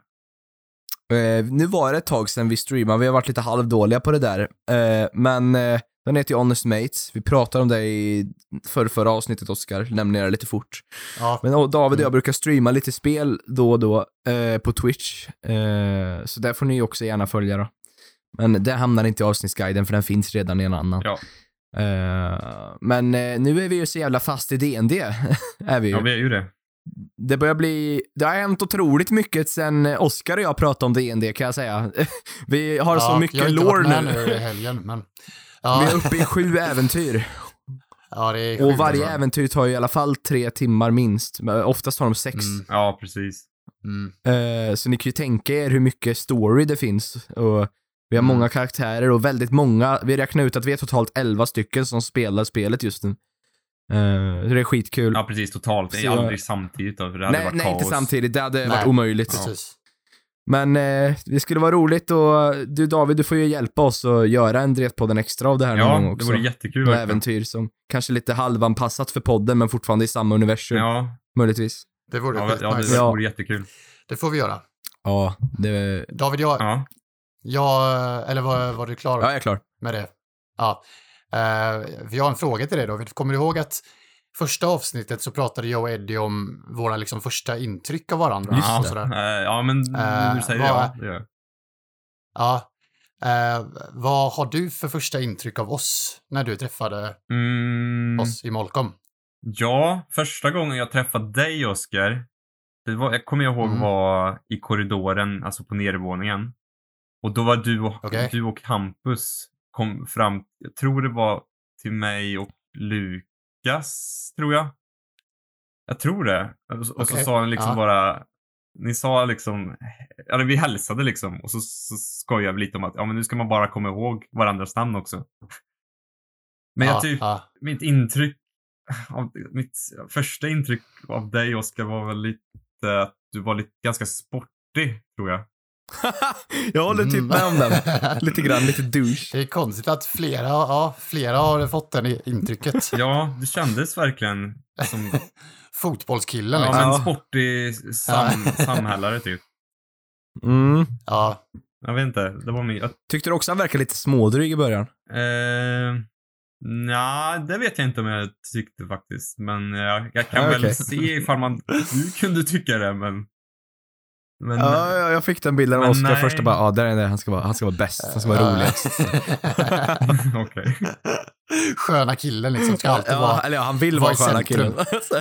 Nu var det ett tag sedan vi streamade. Vi har varit lite halvdåliga på det där. Men den heter ju Honest Mates. Vi pratade om det i förra avsnittet, Oscar. Lämnar det lite fort. Ja. Men David och jag brukar streama lite spel då och då på Twitch. Så där får ni också gärna följa då. Men det hamnar inte i avsnittsguiden, för den finns redan i en annan. Ja. Men nu är vi ju så jävla fast i D&D. Är vi ju. Ja, vi är ju det. Det har hänt otroligt mycket sen Oscar och jag pratade om D&D, kan jag säga. Vi har så mycket lore nu i helgen, men vi är uppe i 7 äventyr. Ja, det är och varje äventyr tar ju i alla fall 3 timmar minst. Oftast tar de 6. Ja, precis. Så ni kan ju tänka er hur mycket story det finns. Och vi har många karaktärer och väldigt många. Vi räknar ut att vi är totalt 11 stycken som spelar spelet just nu. Det är skitkul. Ja, precis, totalt. Det är aldrig samtidigt då, för det hade varit kaos. Nej, inte samtidigt. Det hade varit omöjligt. Precis. Men det skulle vara roligt, och du, David, du får ju hjälpa oss att göra en Dretpodden extra av det här någon gång också. Ja, det vore jättekul. Och äventyr som kanske lite halvanpassat för podden, men fortfarande i samma universum. Ja, möjligtvis. Det vore Ja, skitnice. det Ja. vore jättekul. Det får vi göra. Ja, det... David, Ja. eller var du klar Ja, jag är klar. med det? Ja. Vi har en fråga till dig då. Kommer du ihåg att första avsnittet så pratade jag och Eddie om våra liksom första intryck av varandra? Just och det. sådär. Ja, men du säger det, ja. Ja. Vad har du för första intryck av oss när du träffade oss i Molkom? Ja, första gången jag träffade dig, Oskar, jag kommer ihåg var i korridoren, alltså på nedervåningen. Och då var du och Hampus kom fram, jag tror det var till mig och Lukas, tror jag. Jag tror det. Och så sa han liksom bara, ni sa liksom, ja, vi hälsade liksom. Och så skojade vi lite om att, ja, men nu ska man bara komma ihåg varandras namn också. Men mitt första intryck av dig, Oskar, var väl lite att du var ganska sportig, tror jag. Jag håller typ med om den. Lite grann, lite douche. Det är konstigt att flera har fått det intrycket. Ja, det kändes verkligen som Fotbollskillen. ja, Liksom. men sportig samhällare typ. Mm. Ja. Jag vet inte, det var min... Tyckte du också han verkade lite smådryg i början? Nej, det vet jag inte om jag tyckte faktiskt. Men jag kan väl se ifall du kunde tycka det, men ja, jag fick den bilden av Oskar först och bara, där är det, han ska vara bäst, han ska vara roligast. Okej. Sköna killen liksom ska alltid vara... Eller han vill vara sköna killen.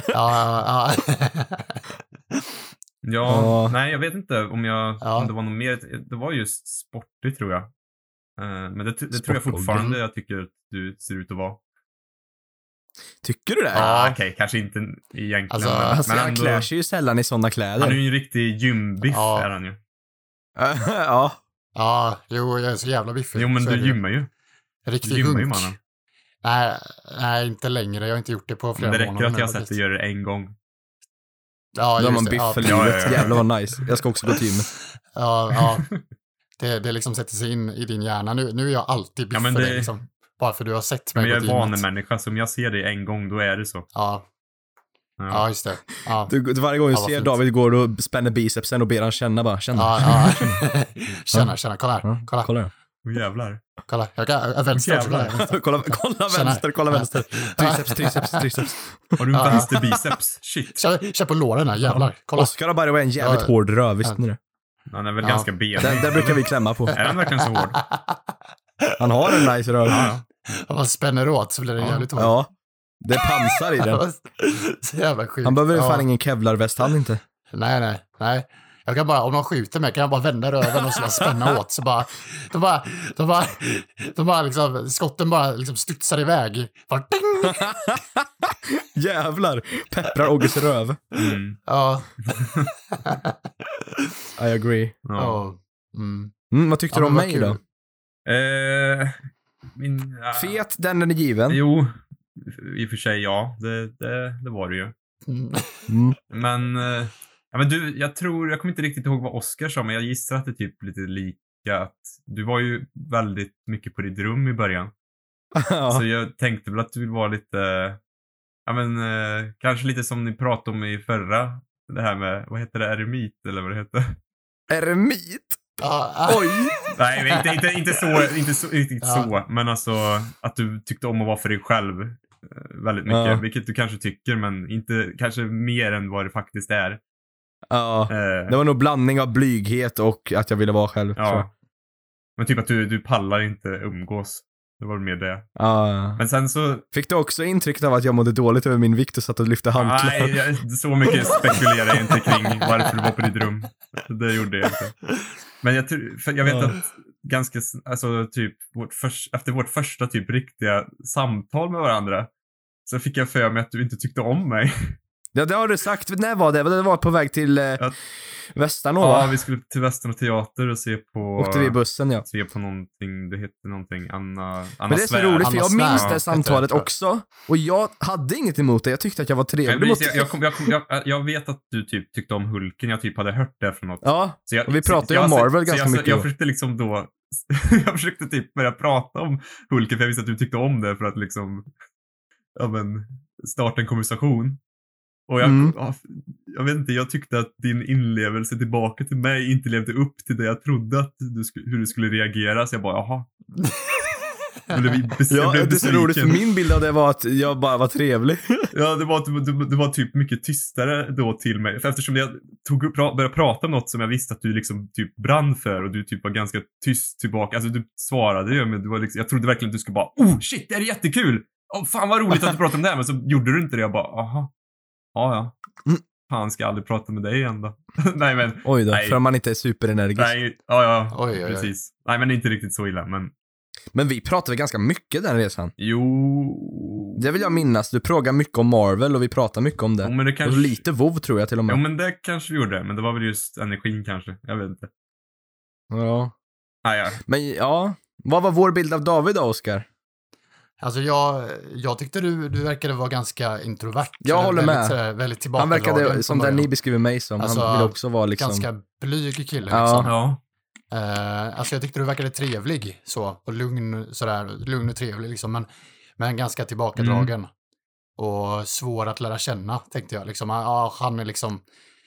Ja, nej, jag vet inte om det var något mer. Det var just sportigt, tror jag. Men det tror jag fortfarande jag tycker att du ser ut att vara. Tycker du det? Ja, okej, kanske inte egentligen. Alltså, men han ändå, klär sig ju sällan i sådana kläder. han är ju en riktig gymbiff, är han ju. Ja. Ja, jo, jag är så jävla biffig. Jo, men så du gymmar ju. Riktig Du gymmar ju, hunk. mannen. Nej, inte längre. Jag har inte gjort det på flera Men det månader. räcker att jag har nu, sett dig göra det en gång. Ja, Då har just man det. biff för Ja, livet. ja. Jävlar vad nice. Jag ska också gå till gymmet. Ja. Det liksom sätter sig in i din hjärna. Nu är jag alltid biff men för det- dig liksom. Bara för du har sett mig Men jag på är gymmet. vanemänniska, så om jag ser dig en gång, då är det så. Ja, just det. Ja. Varje gång du Ja, vad ser fint. David går och spänner bicepsen och ber han känna bara. Känna. Ja. Känna. Kolla här. Ja, Kolla. kolla. Åh, jävlar. Kolla. Jag kan vänster också. Jävlar. Kolla. kolla Känna. vänster, kolla vänster. Triceps. Har du en vänsterbiceps? Shit. Känn på låren här, jävlar. Kolla. Oskar har bara en jävligt hård röv, visste ni det? Han är väl Ja. ganska benig. Där brukar vi klämma på. Är han verkligen så hård? Han har en nice röv. Ja. Om man spänner åt så blir det jävligt hårt. Ja. Det är pansar i den. Så jävla sjukt. Han behöver ju Ja. fan ingen kevlarväst, han inte. Nej. Jag kan bara, om de skjuter mig kan jag bara vända röven och så bara spänna åt. Så bara, de bara liksom, skotten bara liksom studsar iväg. Bara, ding! Jävlar. Pepprar Ogges röv. Mm. Ja. I agree. Ja. Mm. Vad tyckte Ja, du om men vad mig kul. då? Fet, den är given. Jo, i och för sig ja. Det var det ju. Mm. Men, ja, men jag kommer inte riktigt ihåg vad Oskar sa, men jag gissar att det är typ lite lika. Att du var ju väldigt mycket på ditt rum i början. Ja. Så jag tänkte väl att du var lite, ja men kanske lite som ni pratade om i förra, det här med, vad heter det, eremit eller vad det heter? Eremit? Ja, Oj! Nej, inte så riktigt Ja. så, men alltså att du tyckte om att vara för dig själv väldigt mycket, Ja. vilket du kanske tycker, men inte kanske mer än vad det faktiskt är. Ja. Det var nog blandning av blyghet och att jag ville vara själv. tror jag. Ja. Men typ att du pallar inte umgås. Det var mer det. Ja. Men sen så... Fick du också intrycket av att jag mådde dåligt över min vikt och satt och lyfte hantlar? Nej, så mycket spekulerar jag inte kring varför du var på ditt rum. Det gjorde jag inte. Men jag vet att ganska, alltså typ, efter vårt första typ riktiga samtal med varandra så fick jag för mig att du inte tyckte om mig. Ja, det har du sagt. När var det? Det var på väg till Västernå, Ja, va? vi skulle till Västernå teater och se på... Åkte vi i bussen, ja. Se på någonting, det hette någonting, Anna Men det är så Svärd. roligt, för jag Anna minns Svärd, det samtalet heter det, också. Och jag hade inget emot det. Jag tyckte att jag var Men trevlig mot precis, jag vet att du typ tyckte om Hulken. Jag typ hade hört det från något. Ja, Så och vi pratade ju om Marvel ganska mycket Jag då. försökte liksom då... jag försökte typ börja prata om Hulken, för jag visste att du tyckte om det, för att liksom... Ja, men... Starta en konversation. Och jag vet inte, jag tyckte att din inlevelse tillbaka till mig inte levde upp till det jag trodde att hur du skulle reagera. Så jag bara, jaha. Jag blev det är så roligt, för min bild av det var att jag bara var trevlig. Ja, det var att du var typ mycket tystare då till mig. För eftersom jag började prata om något som jag visste att du liksom typ brann för, och du typ var ganska tyst tillbaka. Alltså du svarade ju, men du var liksom, jag trodde verkligen att du skulle bara, shit, det är jättekul! Fan vad roligt att du pratar om det här, men så gjorde du inte det. Jag bara, aha. Ja. Fan, ska jag aldrig prata med dig igen då. Nej men. Oj då, nej. för man inte är superenergisk. Nej, ja. Oj. Precis. Nej, men inte riktigt så illa, Men vi pratade ganska mycket den resan. Jo. Det vill jag minnas. Du frågade mycket om Marvel och vi pratade mycket om det. Jo, men det kanske... Och lite WoW tror jag till och med. Jo, men det kanske vi gjorde. Men det var väl just energin kanske. Jag vet inte. Ja. Ja. Men ja, vad var vår bild av David då, Oskar? Alltså jag tyckte du verkade vara ganska introvert. Jag håller med. Väldigt Han tillbakadragen. verkade som den ni beskriver mig som. Alltså, han ville också vara liksom... Ganska blyg kille liksom. Ja. Alltså jag tyckte du verkade trevlig så, och lugn och trevlig liksom, men ganska tillbakadragen. Och svår att lära känna, tänkte jag liksom. Ja, han är liksom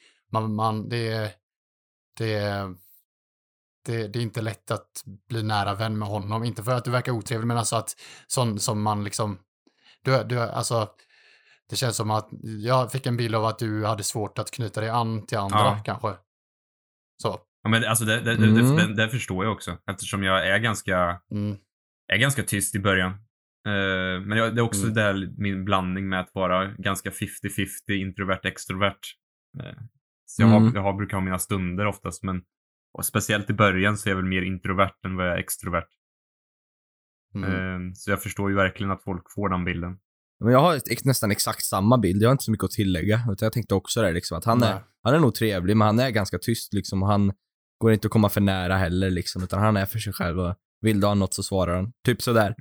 det är inte lätt att bli nära vän med honom, inte för att du verkar otrevlig, men alltså att som man liksom du alltså, det känns som att jag fick en bild av att du hade svårt att knyta dig an till andra kanske. Så. Ja, men alltså det förstår jag också, eftersom jag är ganska tyst i början. Men det är också min blandning med att vara ganska 50-50 introvert-extrovert. Så jag brukar ha mina stunder oftast, men och speciellt i början så är jag väl mer introvert än vad jag är extrovert. Så jag förstår ju verkligen att folk får den bilden. Men jag har nästan exakt samma bild. Jag har inte så mycket att tillägga. Utan jag tänkte också det liksom, att han är nog trevlig, men han är ganska tyst liksom, och han går inte att komma för nära heller liksom, utan han är för sig själv, och vill du ha något så svarar han. Typ sådär.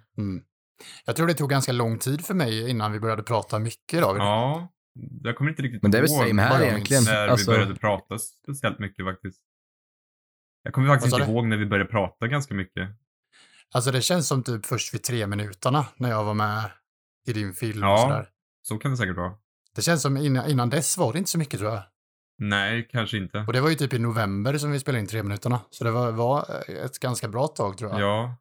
Jag tror det tog ganska lång tid för mig innan vi började prata mycket, David. Ja, jag kommer inte riktigt men det är väl ihåg same här egentligen. När vi började prata speciellt mycket faktiskt. Jag kommer faktiskt inte ihåg när vi började prata ganska mycket. Alltså det känns som typ först vid 3 minuterna när jag var med i din film och sådär. Så kan det säkert vara. Det känns som innan dess var det inte så mycket, tror jag. Nej, kanske inte. Och det var ju typ i november som vi spelade in 3 minuterna. Så det var ett ganska bra tag, tror jag. Ja.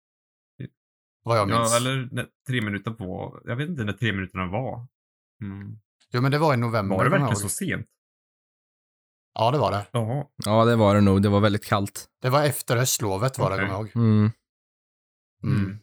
Vad jag minns. Ja, eller när 3 minuter på... Jag vet inte när 3 minuterna var. Jo, men det var i november. Var det verkligen så sent? Ja, det var det. Jaha. Ja, det var det nog. Det var väldigt kallt. Det var efter höstlovet, var det, kommer jag ihåg.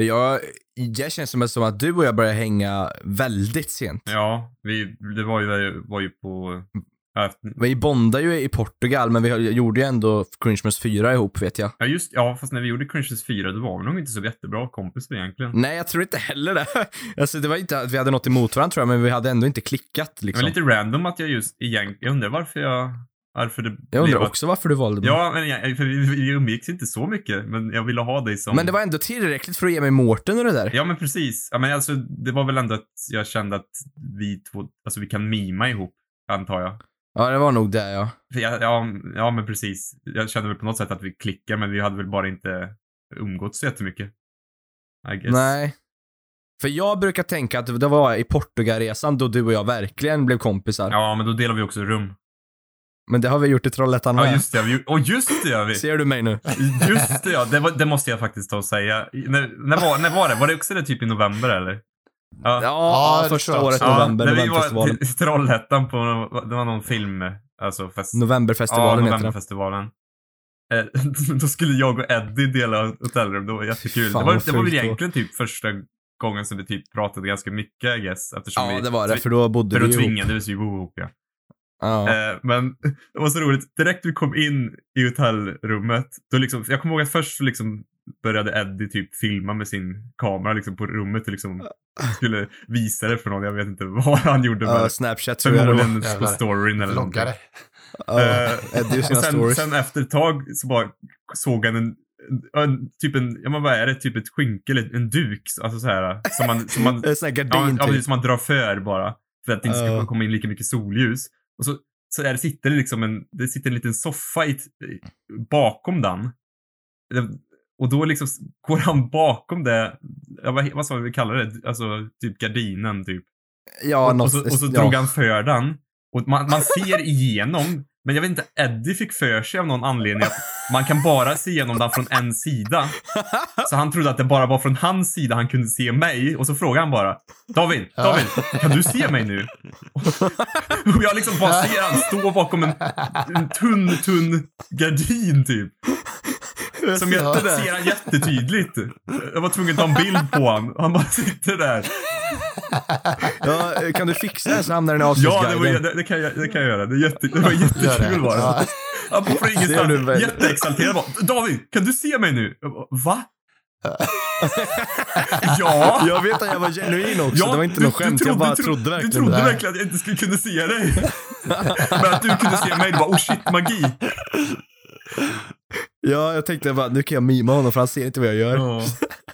Det känns som att du och jag började hänga väldigt sent. Ja, det var ju på... Vi bondade ju i Portugal, men vi gjorde ju ändå Cringemans 4 ihop, vet jag. Ja, fast när vi gjorde Cringemans 4, då var vi nog inte så jättebra kompisar egentligen. Nej, jag tror inte heller det. Alltså, det var inte att vi hade något emot varandra, tror jag, men vi hade ändå inte klickat, liksom. Det var lite random att jag undrar varför det jag undrar också varför du valde mig. Ja, men för vi umgicks inte så mycket, men jag ville ha dig som... Men det var ändå tillräckligt för att ge mig Mårten och det där. Ja, men precis. Ja, men alltså, det var väl ändå att jag kände att vi två, alltså vi kan mima ihop, antar jag. Ja, det var nog det, ja. Ja, men precis. Jag kände väl på något sätt att vi klickar, men vi hade väl bara inte umgått så jättemycket. I guess. Nej. För jag brukar tänka att det var i Portugalresan då du och jag verkligen blev kompisar. Ja, men då delar vi också rum. Men det har vi gjort i Trollhättan med. Ja, just det. Just det gör vi. Ser du mig nu? Just det, ja. Det måste jag faktiskt ta och säga. När var det? Var det också det typ i november, eller? Ja, första året november. När vi var i Trollhättan på, det var någon film, alltså Novemberfestivalen heter Novemberfestivalen. Då skulle jag och Eddie dela hotellrum, det var jättekul. Fan, det var väl egentligen typ första gången som vi typ pratade ganska mycket, I guess. Ja, det var det, för då bodde vi ihop. För då tvingade vi ihop, ja. Ja. Men det var så roligt. Direkt vi kom in i hotellrummet, då liksom, jag kommer ihåg att först så liksom började Eddie typ filma med sin kamera liksom på rummet och liksom skulle visa det för någon. Jag vet inte vad han gjorde med det. Snapchat tror jag det var. På storyn eller någonting. Eddie sina stories. Sen efter ett tag så bara såg han vad är det? Typ ett skynke eller en duk, alltså så här som man en sån här gardin typ. Som man drar för bara för att det inte ska komma in lika mycket solljus. Och så sitter det liksom en liten soffa bakom den. Och då liksom går han bakom det, vad ska vi kalla det? Alltså typ gardinen typ. Ja, och så drog han för den. Och man ser igenom, men jag vet inte, Eddie fick för sig av någon anledning att man kan bara se igenom den från en sida. Så han trodde att det bara var från hans sida han kunde se mig. Och så frågade han bara, David, kan du se mig nu? Och jag liksom bara ser han stå bakom en tunn gardin typ. Som jag ser han jättetydligt. Jag var tvungen att ta en bild på han. Han bara sitter där. Ja, kan du fixa det så hamnar den i avsnittsguiden? Ja, det kan jag göra. Det var jättekul bara. Ja. Han på ingenstans jätteexalterad bara, David, kan du se mig nu? Va? Ja. Jag vet att jag var genuin också. Ja, det var inte något skämt. Jag bara trodde verkligen. Du trodde verkligen att jag inte skulle kunna se dig. Men att du kunde se mig, det var shit, magi. Ja, jag tänkte bara, nu kan jag mima honom för han ser inte vad jag gör. Ja.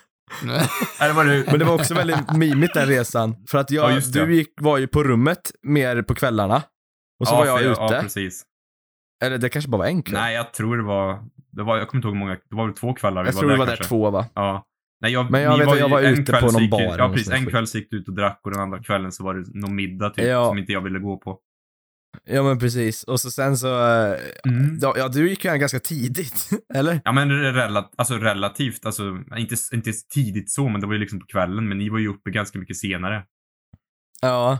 Men det var också väldigt mimigt den resan. För att var ju på rummet mer på kvällarna. Och så var jag ute. Ja, precis. Eller det kanske bara var en kväll. Nej, jag tror det var jag kommer inte ihåg hur många, det var väl 2 kvällar vi jag var tror där. Jag tror det var kanske. där 2 va? Ja. Nej, jag var ute på någon bar. Ja, precis. En kväll gick du ut och drack och den andra kvällen så var det någon middag typ som inte jag ville gå på. Ja, men precis. Och så sen så... Ja, du gick ju ganska tidigt, eller? Ja, men relativt. Alltså, inte tidigt så, men det var ju liksom på kvällen. Men ni var ju uppe ganska mycket senare. Ja.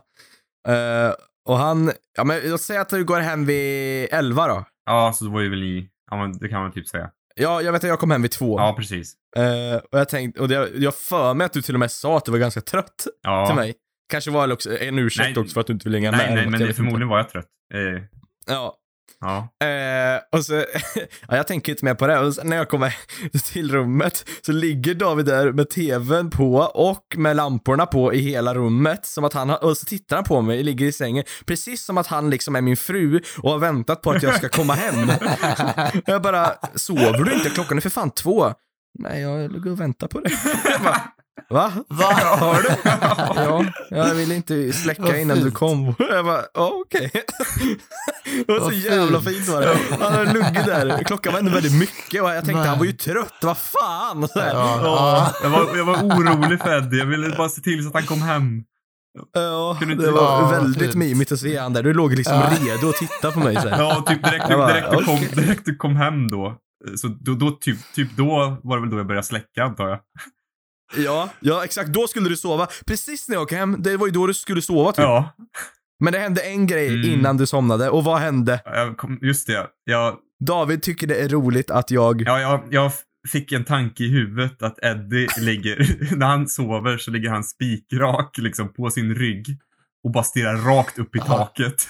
Och han... Ja, men låt säga att du går hem vid 11 då. Ja, så då var ju väl ni... Ja, men det kan man typ säga. Ja, jag vet att jag kom hem vid 2. Ja, precis. Och jag tänkte... Och jag för mig att du till och med sa att du var ganska trött till mig. Kanske var det också en ursäkt också för att du inte ville hänga med. Nej, men förmodligen var jag trött. Ja. Ja. Och så, jag tänker inte mer på det. Och så, när jag kommer till rummet så ligger David där med tvn på och med lamporna på i hela rummet. Som att och så tittar han på mig, ligger i sängen. Precis som att han liksom är min fru och har väntat på att jag ska komma hem. Jag bara, sover du inte? Klockan är för fan 2. Nej, jag ligger och väntar på det. Va? Har du? Ja, jag ville inte släcka innan du kom. Jag bara, okej. Det var så jävla fint var det. Han hade luggit där. Klockan var ändå väldigt mycket och jag tänkte, han var ju trött. Vad fan? Jag var orolig för Eddie. Jag ville bara se till så att han kom hem. Ja, det var väldigt mimigt att se han där. Du låg liksom redo att titta på mig så här. Ja, typ direkt du kom hem då. Så då typ då var det väl då jag började släcka, antar jag. Ja, exakt. Då skulle du sova. Precis när jag kom hem, det var ju då du skulle sova typ. Ja. Men det hände en grej innan du somnade. Och vad hände? Just det. David tycker det är roligt att jag... Ja, jag fick en tanke i huvudet att Eddie ligger... när han sover så ligger han spikrak liksom på sin rygg. Och bara stirrar rakt upp i taket.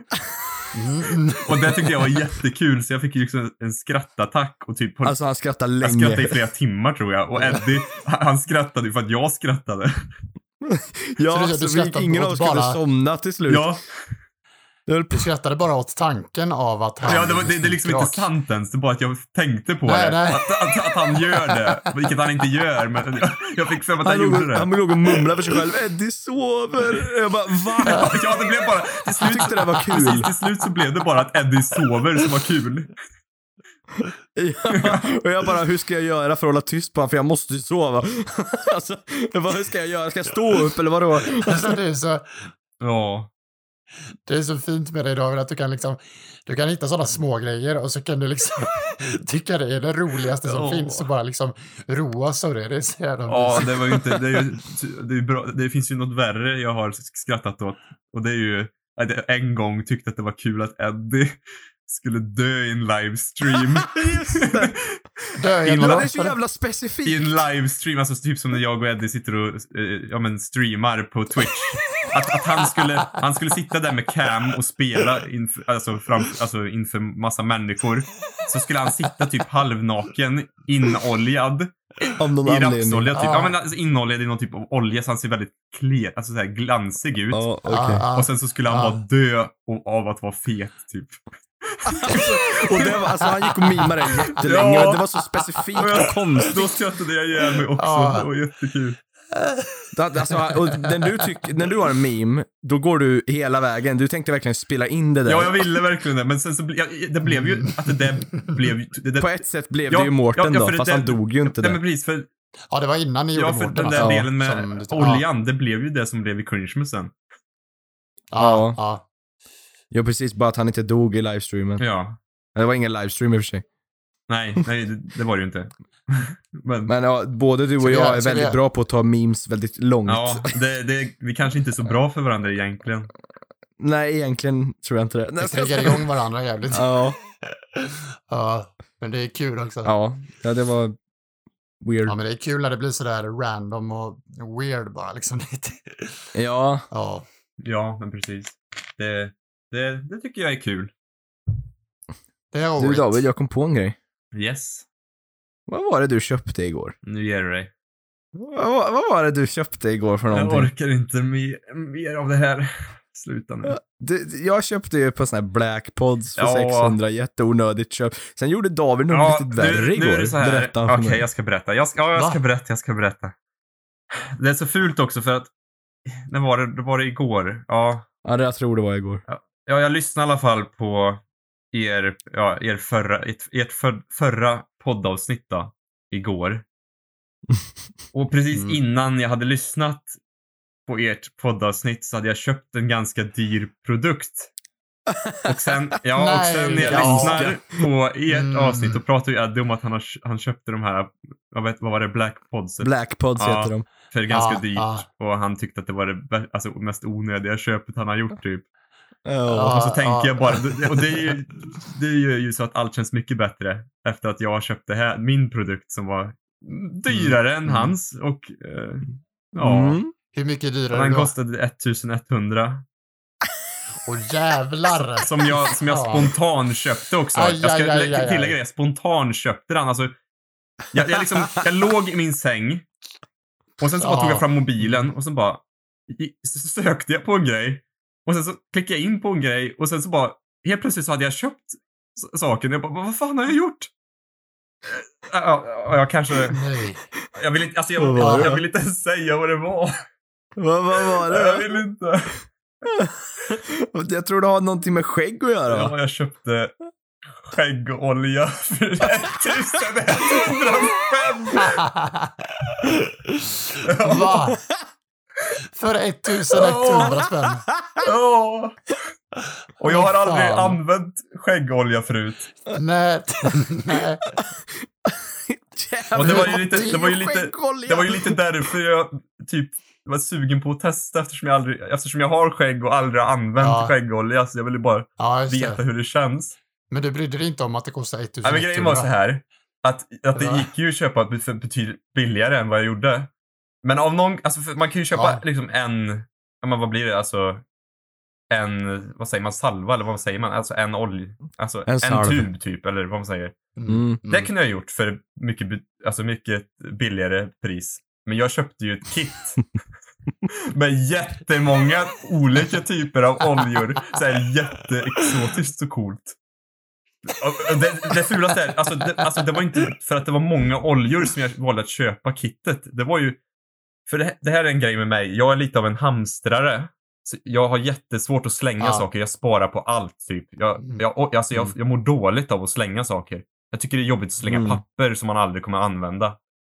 Och det tyckte jag var jättekul, så jag fick ju liksom en skrattattack och typ... Alltså han skrattade länge. Han skrattade i flera timmar tror jag. Och Eddie, han skrattade ju för att jag skrattade. Ja, så ingen av oss skulle somna till slut. Ja. Du skrattade bara åt tanken av att han... Ja, det är liksom inte sant ens. Det är bara att jag tänkte på det. Nej. Att han gör det. Vilket han inte gör. Men jag fick för mig att han gjorde det. Han låg och mumlade för sig själv. Eddie sover. Jag bara, va? Ja, det blev bara... Jag tyckte det var kul. Precis, till slut så blev det bara att Eddie sover som var kul. Ja, och jag bara, hur ska jag göra för att hålla tyst på honom? För jag måste ju sova. Alltså, hur ska jag göra? Ska jag stå upp eller vadå? Alltså, det är så... Ja. Det är så fint med dig, David, att du kan hitta sådana små grejer och så kan du liksom tycka det är det roligaste som finns och bara liksom roa så det är så jävla ja, det var ju inte, det är bra, det finns ju något värre jag har skrattat åt och det är ju att jag en gång tyckte att det var kul att Eddie skulle dö i en livestream. Just det. Det är så jävla specifikt. I en livestream, alltså typ som när jag och Eddie sitter och streamar på Twitch. Att han skulle sitta där med cam och spela inför massa människor. Så skulle han sitta typ halvnaken, inoljad. Om någon i rapsolja typ. Ja, men alltså inoljad i någon typ av olja så han ser väldigt alltså så här glansig ut. Och sen så skulle han bara dö av att vara fet typ. Och det var, alltså han gick och mimade jättelänge. Ja. Det var så specifikt och konstigt. Då skrattade jag ihjäl mig också. Det var jättekul. Alltså, och när du har en meme, då går du hela vägen. Du tänkte verkligen spela in det där. Ja, jag ville verkligen det. Men sen så det blev ju att det blev... På ett sätt blev det ju Mårten då, fast han dog ju inte där. Men precis, för... Ja, det var innan ni gjorde Mårten. Ja, för den där delen med oljan, det blev ju det som blev i Cringemus sen. Ja. Jo, precis. Bara att han inte dog i livestreamen. Ja. Det var ingen livestream i och för sig. Nej, det var det ju inte. Men ja, både du och jag är väldigt bra på att ta memes väldigt långt. Ja, vi kanske inte är så bra för varandra egentligen. Nej, egentligen tror jag inte det. Vi triggar igång varandra jävligt. Ja. Ja, men det är kul också. Ja, det var weird. Ja, men det är kul när det blir sådär random och weird bara liksom lite. Ja. Ja, men precis. Det tycker jag är kul. Det är Du roligt. David, jag kom på en grej. Yes. Vad var det du köpte igår? Nu ger du dig. Vad var det du köpte igår för någonting? Jag orkar inte mer av det här. Sluta nu. Jag köpte ju på sån här Black Pods för Ja. 600, jätteonödigt köp. Sen gjorde David något riktigt värre igår. Nu är det så här. Berätta för mig. Okej, jag ska berätta. Jag ska berätta. Det är så fult också för att när var det? Det var det igår. Ja. Ja, jag tror det var igår. Ja, jag lyssnade i alla fall på ert förra poddavsnitt då, igår. Och precis innan jag hade lyssnat på ert poddavsnitt så hade jag köpt en ganska dyr produkt. Och sen när jag lyssnar på ert avsnitt och pratar ju Eddie om att han köpte de här, vad var det, Black Pods? Black Pods heter de. För ganska dyrt. Och han tyckte att det var det mest onödiga köpet han har gjort typ. Och så tänker jag bara, och det är ju så att allt känns mycket bättre efter att jag köpte min produkt som var dyrare än hans och Hur mycket dyrare den då? kostade 1100. Åh jävlar! som jag spontan köpte också. Jag ska tillägga det, spontan köpte den. Alltså, jag låg i min säng och sen så bara tog jag fram mobilen och så bara sökte jag på en grej. Och sen så klickade jag in på en grej och sen så bara helt plötsligt så hade jag köpt saken. Jag bara, vad fan har jag gjort? Jag kanske... Nej. Jag vill inte ens säga vad det var. Vad var det? Jag vill inte. Jag tror det har någonting med skägg att göra. Ja, jag köpte skäggolja för 1100 spänn. Va? För 1100 spänn? Ja. Och jag har aldrig använt skäggolja förut. Nej. Och det var ju lite därför jag typ var sugen på att testa eftersom jag har skägg och aldrig har använt skäggolja, så jag ville bara veta hur det känns. Men du brydde dig inte om att det kostar 1100? Nej, men grejen var så här att det gick ju att köpa betydligt billigare än vad jag gjorde. Men av någon, alltså man kan ju köpa liksom vad blir det, alltså vad säger man, salva eller vad säger man, alltså en olja, alltså en tub typ, eller vad man säger. Det kunde jag ha gjort för mycket billigare pris. Men jag köpte ju ett kit med jättemånga olika typer av oljor, så här jätteexotiskt och coolt. Och det fulaste är, det var inte för att det var många oljor som jag valde att köpa kittet. Det var ju, för det här är en grej med mig. Jag är lite av en hamstrare. Så jag har jättesvårt att slänga saker. Jag sparar på allt typ. Jag mår dåligt av att slänga saker. Jag tycker det är jobbigt att slänga papper som man aldrig kommer att använda.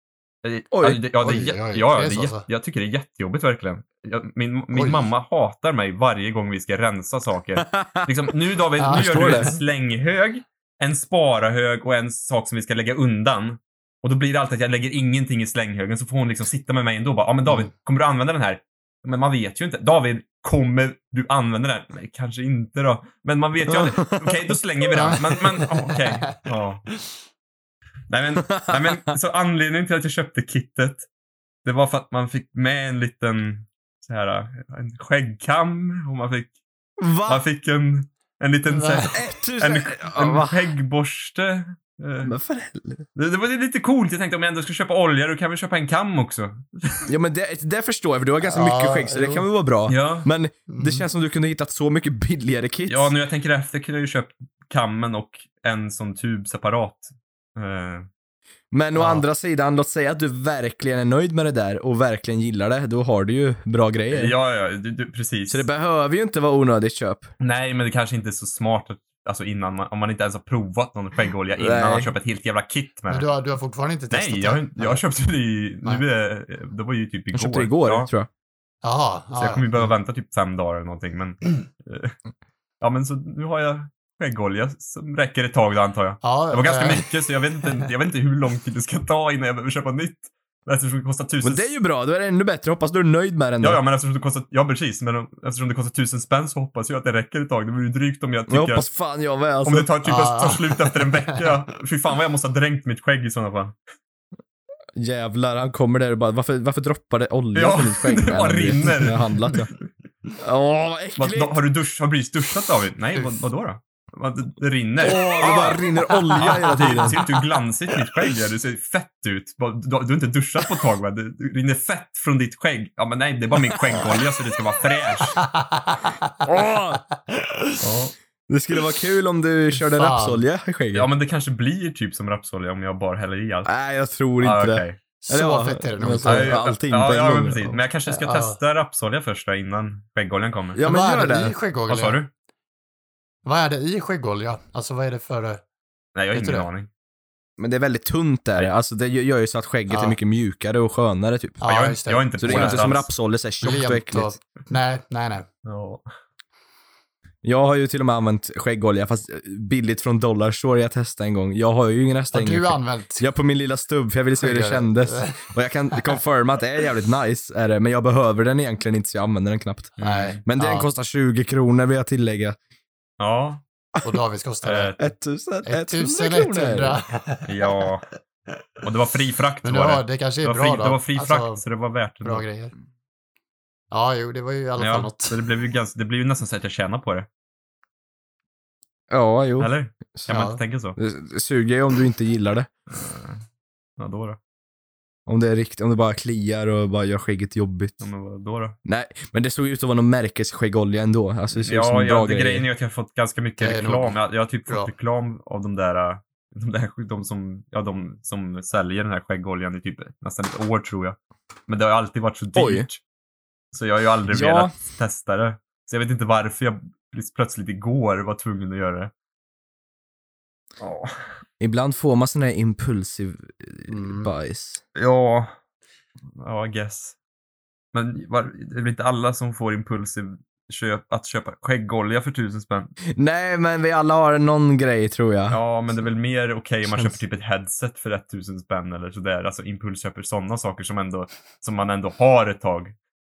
Jag tycker det är jättejobbigt verkligen. Min mamma hatar mig varje gång vi ska rensa saker. Liksom, nu David, nu gör du en slänghög, en sparahög och en sak som vi ska lägga undan. Och då blir det alltid att jag lägger ingenting i slänghögen, så får hon liksom sitta med mig ändå och bara, men David, kommer du använda den här? Men man vet ju inte. David, kommer du använda den? Nej, kanske inte då. Men man vet ju aldrig. Okej, då slänger vi den. Men okej. Ja. Nej men, så anledningen till att jag köpte kittet, det var för att man fick med en liten så här, en skäggkam, och man fick en liten så här, en skäggborste. Men för det var lite coolt. Jag tänkte om jag ändå ska köpa olja, då kan vi köpa en kam också. Ja, men det förstår jag, för du har ganska mycket skägg, så det kan väl vara bra. Ja. Men det känns som du kunde hittat så mycket billigare kit. Ja, nu jag tänker efter kunde jag ju köpt kammen och en sån tub separat. Men å andra sidan, låt säga att du verkligen är nöjd med det där och verkligen gillar det, då har du ju bra grejer. Ja, precis. Så det behöver ju inte vara onödigt köp. Nej, men det kanske inte är så smart att, alltså innan om man inte ens har provat någon skäggolja innan man köper ett helt jävla kit med. Men du har fortfarande inte testat det? Nej, jag köpte det det var ju typ igår. Jag köpte det igår, tror jag. Jaha. Så jag kommer ju behöva vänta typ 5 dagar eller någonting. Men, ja, men så nu har jag skäggolja som räcker ett tag då, antar jag. Ja, Det var ganska mycket, så jag vet inte hur lång tid det ska ta innan jag behöver köpa nytt. Eftersom det kostar 1000... Men det är ju bra, då är det ännu bättre. Hoppas du är nöjd med den då. Ja, men eftersom det kostar... Ja, precis. Men eftersom det kostar 1000 spänn så hoppas jag att det räcker ett tag. Det vore ju drygt om jag tycker... Jag hoppas fan jag med alltså. Om det tar slut efter en vecka. Fy fan vad jag måste ha dränkt mitt skägg i sådana fall. Jävlar, han kommer där och bara, varför droppar det olja Ja, på ditt skägg? det bara rinner. Jag har handlat, ja. Åh, vad äckligt! Har du precis duschat, David? Nej, vadå då? Det rinner. Det bara rinner olja hela tiden. Ser inte hur glansigt mitt skägg är? Det ser fett ut. Du har inte duschat på ett tag, va? Det rinner fett från ditt skägg. Ja, men nej, det är bara min skäggolja så det ska vara fräsch. Åh! Det skulle vara kul om du körde Fan. rapsolja i skägget. Ja, men det kanske blir typ som rapsolja om jag bara häller i allt. Nej, jag tror inte det. okej. Så fett är det nog. alltså, allting på en Ja, gång. men precis. Men jag kanske ska testa rapsolja först då, innan skäggoljan kommer. Ja, men vad gör är det det. i skäggolja? Vad sa du? Vad är det i skäggolja? Alltså vad är det för... Nej, jag har Vet du ingen det? aning. Men det är väldigt tunt där. Alltså det gör ju så att skägget Ja. är mycket mjukare och skönare typ. Ja, just det. Jag är inte Så det på är inte som alls. rapsolja, så här tjockt och Lent äckligt. Nej. Ja. Jag har ju till och med använt skäggolja, fast billigt från Dollar Store jag testade en gång. Jag har ju ingen nästan Har ingen du skägg. använt... Jag på min lilla stubb, för jag ville se hur det kändes. Och jag kan confirma att det är jävligt nice, är det. Men jag behöver den egentligen inte, så jag använder den knappt. Nej. Men den Ja. kostar 20 kronor, vill jag tillägga. Ja. Och Davids kostar 1100 kronor. Ja. Och det var fri frakt Men var ja, det. det kanske Det är var, bra då. det var fri frakt, Alltså, så det var värt det. bra grejer. Ja, jo, det var ju i alla fall Ja, något. så det blev ju nästan så att jag tjänar på det. Ja, jo. Eller? Kan man Ja. inte tänka så? Det suger ju om du inte gillar det. Ja, då. Om det är riktigt, om det bara kliar och bara gör skägget jobbigt. Ja, men vad då? Nej, men det såg ut att vara någon märkesskäggolja ändå. Alltså det såg ut som en bra det grej. grejen är att jag har fått ganska mycket Det är reklam. nog Jag har typ bra. fått reklam av de som säljer den här skäggoljan i typ nästan ett år, tror jag. Men det har ju alltid varit så dyrt. Oj. Så jag har ju aldrig Ja. velat testa det. Så jag vet inte varför jag plötsligt igår var tvungen att göra det. Ja. Ibland får man sån här impulsiv bajs. Ja, I guess. Men det är väl inte alla som får impulsiv att köpa skäggolja för 1000 spänn? Nej, men vi alla har någon grej, tror jag. Ja, men det är väl mer okej om man Känns- köper typ ett headset för 1000 spänn eller sådär. Alltså impulsköper sådana saker som man ändå har ett tag.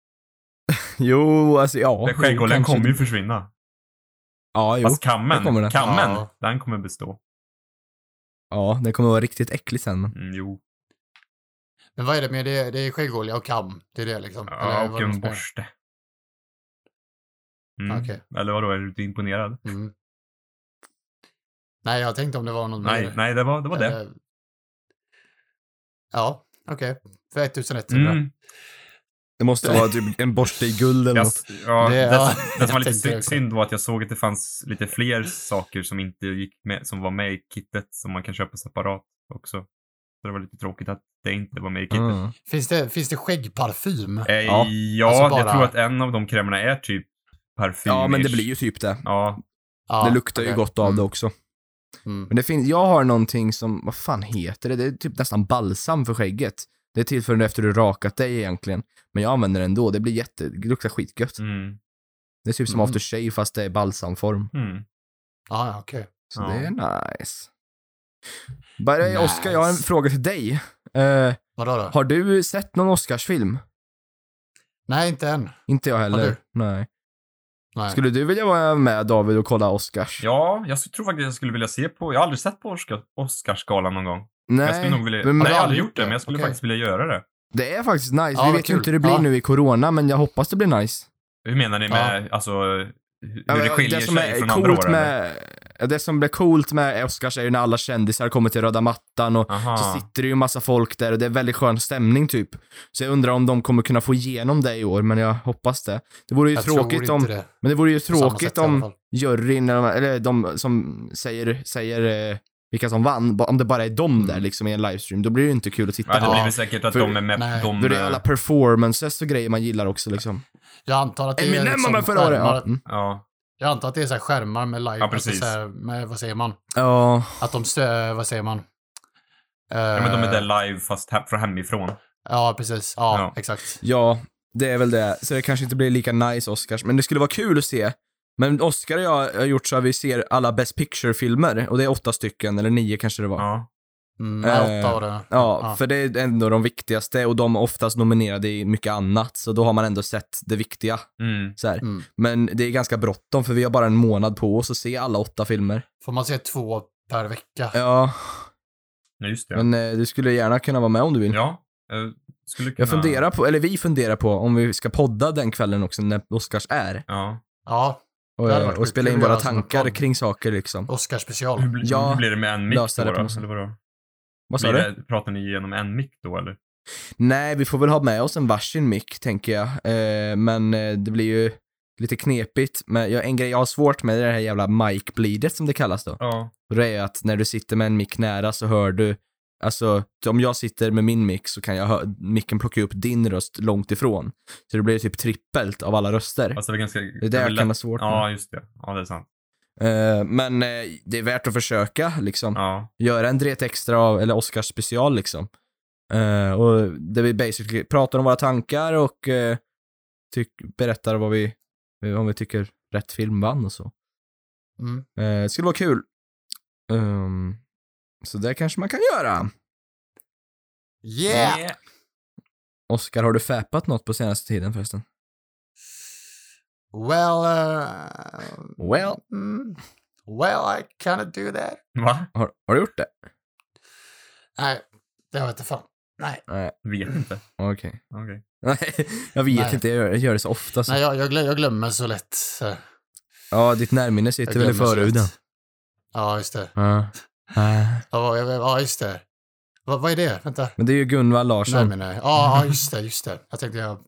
Jo, alltså ja. Den skäggoljan kanske- kommer ju försvinna. Ja, jo. Fast det kommer den. kammen, Ja. den kommer bestå. Ja, det kommer vara riktigt äckligt sen. Men. Jo. Men vad är det med det? Det är skäggolja och kam. Det är det liksom. Ja, Eller och vad de en ska- borste. Okej. Eller vadå, är du inte imponerad? Mm. Nej, jag tänkte om det var något mer. Nej, det var det. Eller- Ja, okej. För 1100. Det måste vara typ en borste i guld eller något. Ja, Det- det ja, som var jag lite tänkte också. synd var att jag såg att det fanns lite fler saker som inte gick med, som var med i kittet, som man kan köpa separat också. Så det var lite tråkigt att det inte var med i kittet. Mm. Finns det skäggparfym? Ja. Ja, Alltså jag bara- tror att en av de krämerna är typ parfym. Ja, men det blir ju typ det. Ja, Ja, Det luktar ju okej. gott av Mm. det också. Mm. Men det finns, jag har någonting som, vad fan heter det? Det är typ nästan balsam för skägget. Det är till för efter du rakat dig egentligen. Men jag använder det ändå, det luktar skitgött. mm. Det är typ som Mm. aftershave fast det är balsamform. Ja, okej. Så Ja. det är nice. Bara, Nice. Oskar, jag har en fråga till dig. Vadå då? Har du sett någon Oscarsfilm? Nej, inte än. Inte jag Har heller. du? Nej. Nej. Skulle du vilja vara med, David, och kolla Oscars? Ja, jag tror faktiskt jag skulle vilja se på, jag har aldrig sett på Oscarsgalan någon gång. Nej, Jag skulle nog vilja, men nej, jag har aldrig aldrig gjort gjort det, det. men jag skulle Okej. faktiskt vilja göra det. det är faktiskt nice. Ja, Vi vad vet ju kul. inte hur det blir Ja. nu i corona, men jag hoppas det blir nice. Hur menar ni med, alltså, hur Ja, det skiljer som sig är från andra år? coolt det som blir coolt med Oscars är ju när alla kändisar kommer till röda mattan och Aha. så sitter det ju en massa folk där och det är väldigt skön stämning typ. Så jag undrar om de kommer kunna få igenom det i år, men jag hoppas det. Det vore ju Jag tråkigt tror om... inte det. Men det vore ju samma tråkigt sätt i alla om fall. juryn, eller de som säger vilka som vann, om det bara är de där liksom i en livestream, då blir det ju inte kul att titta Ja, det på. blir väl säkert att För- de är med, nej. Då är det alla performances och grejer man gillar också liksom. Jag antar att det är Eminem liksom var med förra året. skärmar. Ja. Mm. ja. Jag antar att det är så här skärmar med live. Ja, precis. Alltså så här, med, vad säger man? Ja. Att de vad säger man? Ja, men de är där live fast från hemifrån. Ja, precis. Ja, Ja. exakt. Ja, Det är väl det. Så det kanske inte blir lika nice Oscars. Men det skulle vara kul att se. Men Oscar och jag har gjort så att vi ser alla Best Picture-filmer. Och det är 8 stycken, eller 9 kanske det var. Ja. 8 av det. Ja, för det är ändå de viktigaste. Och de är oftast nominerade i mycket annat. Så då har man ändå sett det viktiga. Så här. Men det är ganska bråttom, för vi har bara en månad på oss att se alla 8 filmer. Får man se 2 per vecka? Ja. Ja, just det. Men du skulle gärna kunna vara med om du vill. Ja. Skulle kunna... Jag funderar på, eller vi funderar på om vi ska podda den kvällen också när Oscars är. Ja. Ja. Det hade varit Och spela in kul våra att göra som en tankar podd. kring saker liksom. Oscar special. Hur blir det med en mick lösa då? det på Då? något sätt. Eller vadå? Vad sa du? Pratar ni igenom en mick då, eller? Nej, vi får väl ha med oss en varsin mick, tänker jag. Men det blir ju lite knepigt. Men en grej jag har svårt med är det här jävla mic-bleedet som det kallas då. Ja. Och det är att när du sitter med en mick nära så hör du, alltså om jag sitter med min mick så kan jag micken plocka upp din röst långt ifrån. Så det blir typ trippelt av alla röster. Alltså det är ganska... Det där kan vara svårt. Ja, just det. Ja, det är sant. Men det är värt att försöka liksom. Ja. Göra en dret extra eller Oscars special liksom. Och där vi basically pratar om våra tankar och berättar om vi tycker rätt film vann och så. Det skulle vara kul. Så det kanske man kan göra. Yeah! Oscar, har du fäpat något på senaste tiden förresten? Well, I kind of do that. Va? Har du gjort det? Nej, det vet inte fan. Nej. Vet inte. Okej. Okej. Nej, jag vet inte. Jag gör det så ofta. Så. Nej, jag glömmer så lätt. Så. Ja, ditt närminne sitter väl i förhuden. Ja, just det. Ja. Ja, just det. Vad är det? Vänta. Men det är ju Gunvald Larsson. Närminne. Ja, just det. Jag tänkte Ja.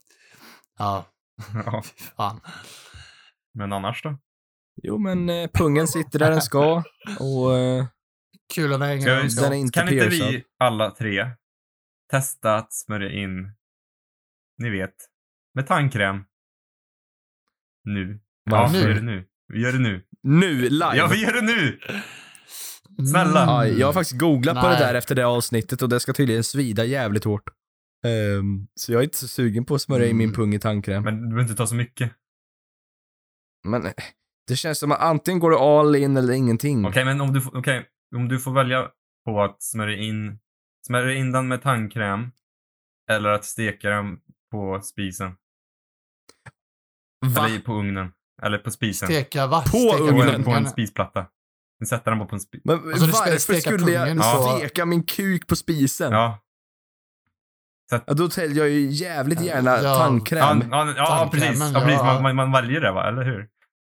Fan. Men annars då? Jo, men pungen sitter där den ska. Och Kulorna hänger Ska där de ska. den är inte Kan inte piercad. vi alla 3 testa att smörja in, ni vet, med tandkräm nu? Ja, Varför? vi gör det nu. Vi gör det nu. Nu, live! Ja, vi gör det nu! Snälla. Ja, jag har faktiskt googlat på det Nej. där efter det avsnittet och det ska tydligen svida jävligt hårt. Så jag är inte så sugen på att smörja in min pung i tandkräm. Men du behöver inte ta så mycket. Men det känns som att antingen går du all in eller ingenting. Okej, men om du får välja på att smörja in den med tandkräm eller att steka den på spisen. Va? Eller på ugnen. Eller på spisen. Steka vad? På Steka ugnen. På en spisplatta. Du sätter den bara på en spis. Men Alltså, du varför steka skulle jag pungen så- steka min kuk på spisen? Ja. Ja, då täljer jag ju jävligt gärna Ja. tandkräm. Ja, precis. Tandkrämen, Ja, precis. ja. Man väljer det, va? Eller hur?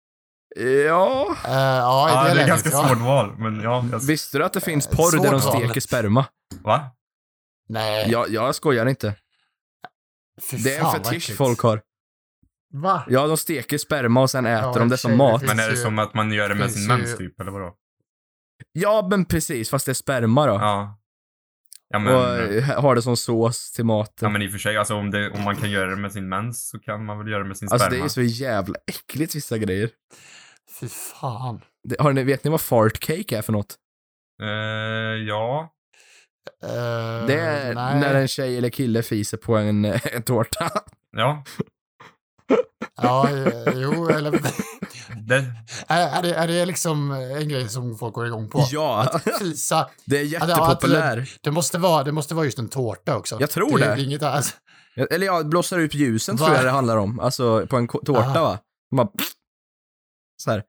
Ja. Ja, i Ja, det det är läget, ganska ja. svårt val, men ja. Visste du att det finns porr Svårt där de val. steker sperma? Va? Nej. Jag skojar inte. Fy Det är fan, en vad fetisch äckligt. folk har. Va? Ja, de steker sperma och sen äter Ja, de det i och som för sig, mat. det Men är det finns ju- som att man gör det med finns sin ju- mens, typ? Eller vadå? Ja, men precis. Fast det är sperma då. Ja. Ja, men... Och har det som sås till maten. Ja, men i och för sig, alltså om man kan göra det med sin mens så kan man väl göra det med sin Alltså sperma. det är så jävla äckligt vissa grejer. Fy fan. Vet ni vad fart cake är för något? Ja. Det är nej. när en tjej eller kille fiser på en tårta. Ja. Ja, jo, eller... Det, är det liksom en grej som folk går igång på? Ja, Fisa. det är jättepopulär. Det måste vara just en tårta också. Jag tror det. är inget, alltså, Eller ja, blåsar upp ljusen Va? tror jag det handlar om. Alltså på en tårta Aha. va? Man bara, så här.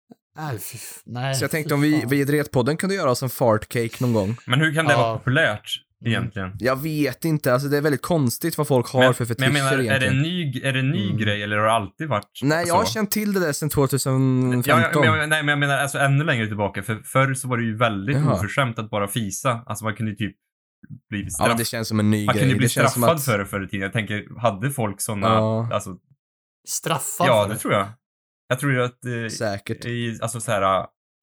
nej. Så jag tänkte fy om vi fan. i Dretpodden kunde göra oss en fart cake någon gång. men hur kan det Ja. vara populärt egentligen? Jag vet inte, alltså det är väldigt konstigt vad folk har för Men fetischer jag menar, egentligen. är det en ny grej eller har det alltid varit Nej, jag har så? känt till det där sedan 2015. Nej, men jag menar alltså ännu längre tillbaka. För förr så var det ju väldigt Jaha. oförskämt att bara fisa. Alltså man kunde ju typ bli Ja, straffad. men det känns som en ny Man grej. kunde ju bli Det känns som straffad att- för det förr i tiden. Jag tänker, hade folk såna, Ja. alltså, Straffad ja för det tror jag. Jag tror ju att Säkert. i, alltså så här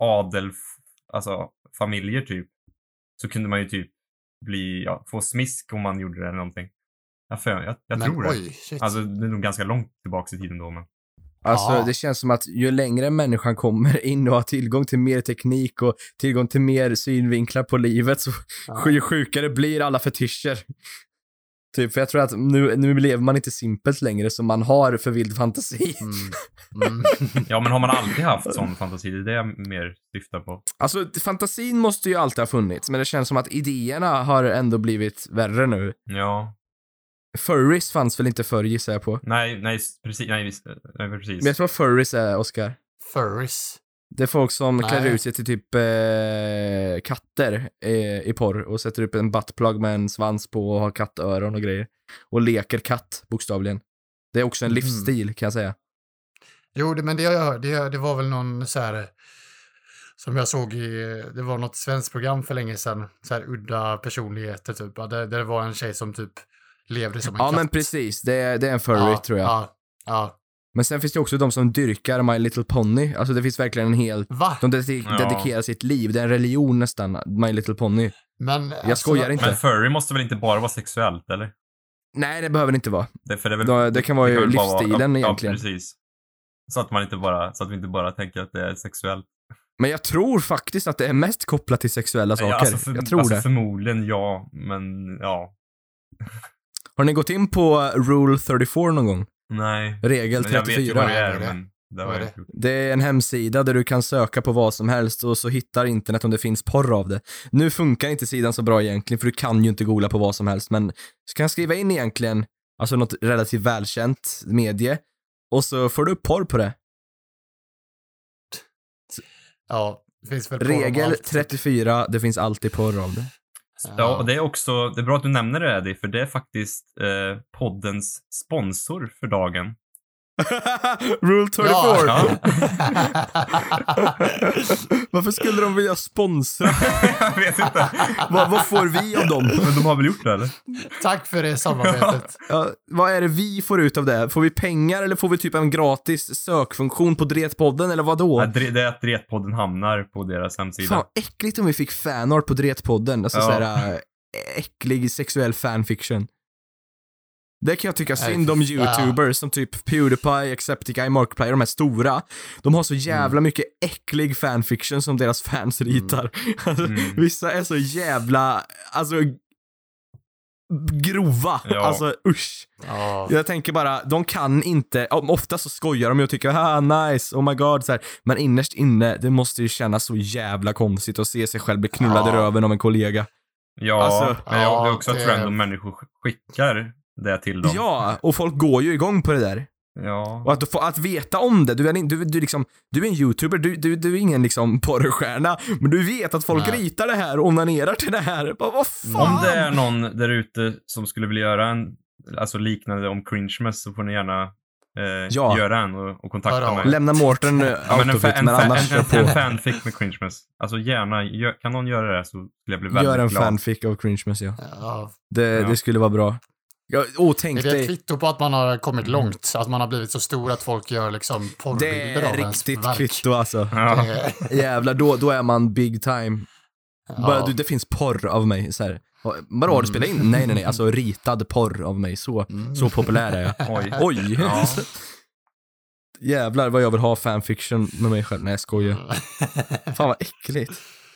alltså familjer typ, så kunde man ju typ få smisk om man gjorde det eller någonting. Jag tror det. Oj, shit. Alltså det är nog ganska långt tillbaks i tiden då, men. Alltså Ja. det känns som att ju längre människan kommer in och har tillgång till mer teknik och tillgång till mer synvinklar på livet så Ja. ju sjukare blir alla fetischer. Typ, för jag tror att nu lever man inte simpelt längre, så man har för vild fantasi. Ja, men har man alltid haft sån fantasi? Det är det jag mer syftar på. Alltså, fantasin måste ju alltid ha funnits, men det känns som att idéerna har ändå blivit värre nu. Ja. Furries fanns väl inte förr, gissar jag på. Nej, precis. Nej, precis. Vet du vad furries är, Oscar? Furries. Det är folk som Nej. klär ut sig till typ katter i porr och sätter upp en buttplug med en svans på och har kattöron och grejer. Och leker katt, bokstavligen. Det är också en livsstil, kan jag säga. Jo, men det jag hörde, det var väl någon så här som jag såg det var något svenskt program för länge sedan, så här udda personligheter typ. Där det var en tjej som typ levde som en katt. Ja, men precis. Det är en furry, tror jag. Ja. Men sen finns det också de som dyrkar My Little Pony. Alltså det finns verkligen en hel... Va? De dedikerar sitt liv. Det är en religion nästan, My Little Pony. Men, Jag skojar inte. Men furry måste väl inte bara vara sexuellt, eller? Nej, det behöver det inte vara. För det, är väl, Det kan vara ju väl bara livsstilen egentligen. Ja, precis. Så att vi inte bara tänker att det är sexuellt. Men jag tror faktiskt att det är mest kopplat till sexuella saker. Ja, alltså jag tror det. Förmodligen ja, men ja. Har ni gått in på Rule 34 någon gång? Nej. Regel Men jag 34. vet ju vad det är, Vad är det? men det har jag inte gjort. Det är en hemsida där du kan söka på vad som helst och så hittar internet om det finns porr av det. Nu funkar inte sidan så bra egentligen, för du kan ju inte googla på vad som helst, men så kan jag skriva in egentligen, alltså något relativt välkänt medie, och så får du upp porr på det. Ja, det finns väl Regel 34, det finns alltid porr av det. Ja, och det är bra att du nämner det, Eddie, för det är faktiskt poddens sponsor för dagen. Rule 34. Ja. Varför skulle de vilja sponsra? Jag vet inte. Vad får vi av dem? Men de har väl gjort det, eller? Tack för det samarbetet. Ja, vad är det vi får ut av det? Får vi pengar eller får vi typ en gratis sökfunktion på Dretpodden eller vad då? Det är att Dretpodden hamnar på deras hemsida. Fan, äckligt om vi fick fanart på Dretpodden. Alltså såhär äcklig sexuell fanfiction. Det kan jag tycka synd om YouTubers som typ PewDiePie, Accepticeye, Markiplier, de här stora. De har så jävla mycket äcklig fanfiction som deras fans ritar. Alltså, vissa är så jävla, alltså grova. Ja. Alltså usch. Ja. Jag tänker bara, de kan inte, ofta så skojar de och tycker nice, oh my god så här. Men innerst inne, det måste ju kännas så jävla konstigt att se sig själv bli knullad i röven av en kollega. Ja, Alltså, men det är också ett random människor skickar det till dem. Ja, och folk går ju igång på det där. Ja. Och att veta om det, du är en YouTuber, du är ingen liksom porrstjärna, men du vet att folk ritar det här och onanerar till det här. Bara, vad fan? Om det är någon där ute som skulle vilja göra en, alltså liknande om Cringemas, så får ni gärna göra en och kontakta mig. Lämna Mårten autofit, men annars en fanfic med Cringemas. Alltså gärna, kan någon göra det så skulle jag bli väldigt glad. Gör en fanfic av Cringemas, ja. Ja. Det skulle vara bra. Tänk Är det dig. ett kvitto på att man har kommit långt? Att man har blivit så stor att folk gör liksom Det porrbilder av är ens riktigt verk? kvitto alltså. Ja. Jävlar, då är man big time. Bara, det finns porr av mig så här. Vadå, har du spelat in? Nej, alltså ritad porr av mig. Så populär är jag. Oj. Ja. Jävlar vad jag vill ha fanfiction med mig själv. Nej, jag skojar. Fan vad äckligt.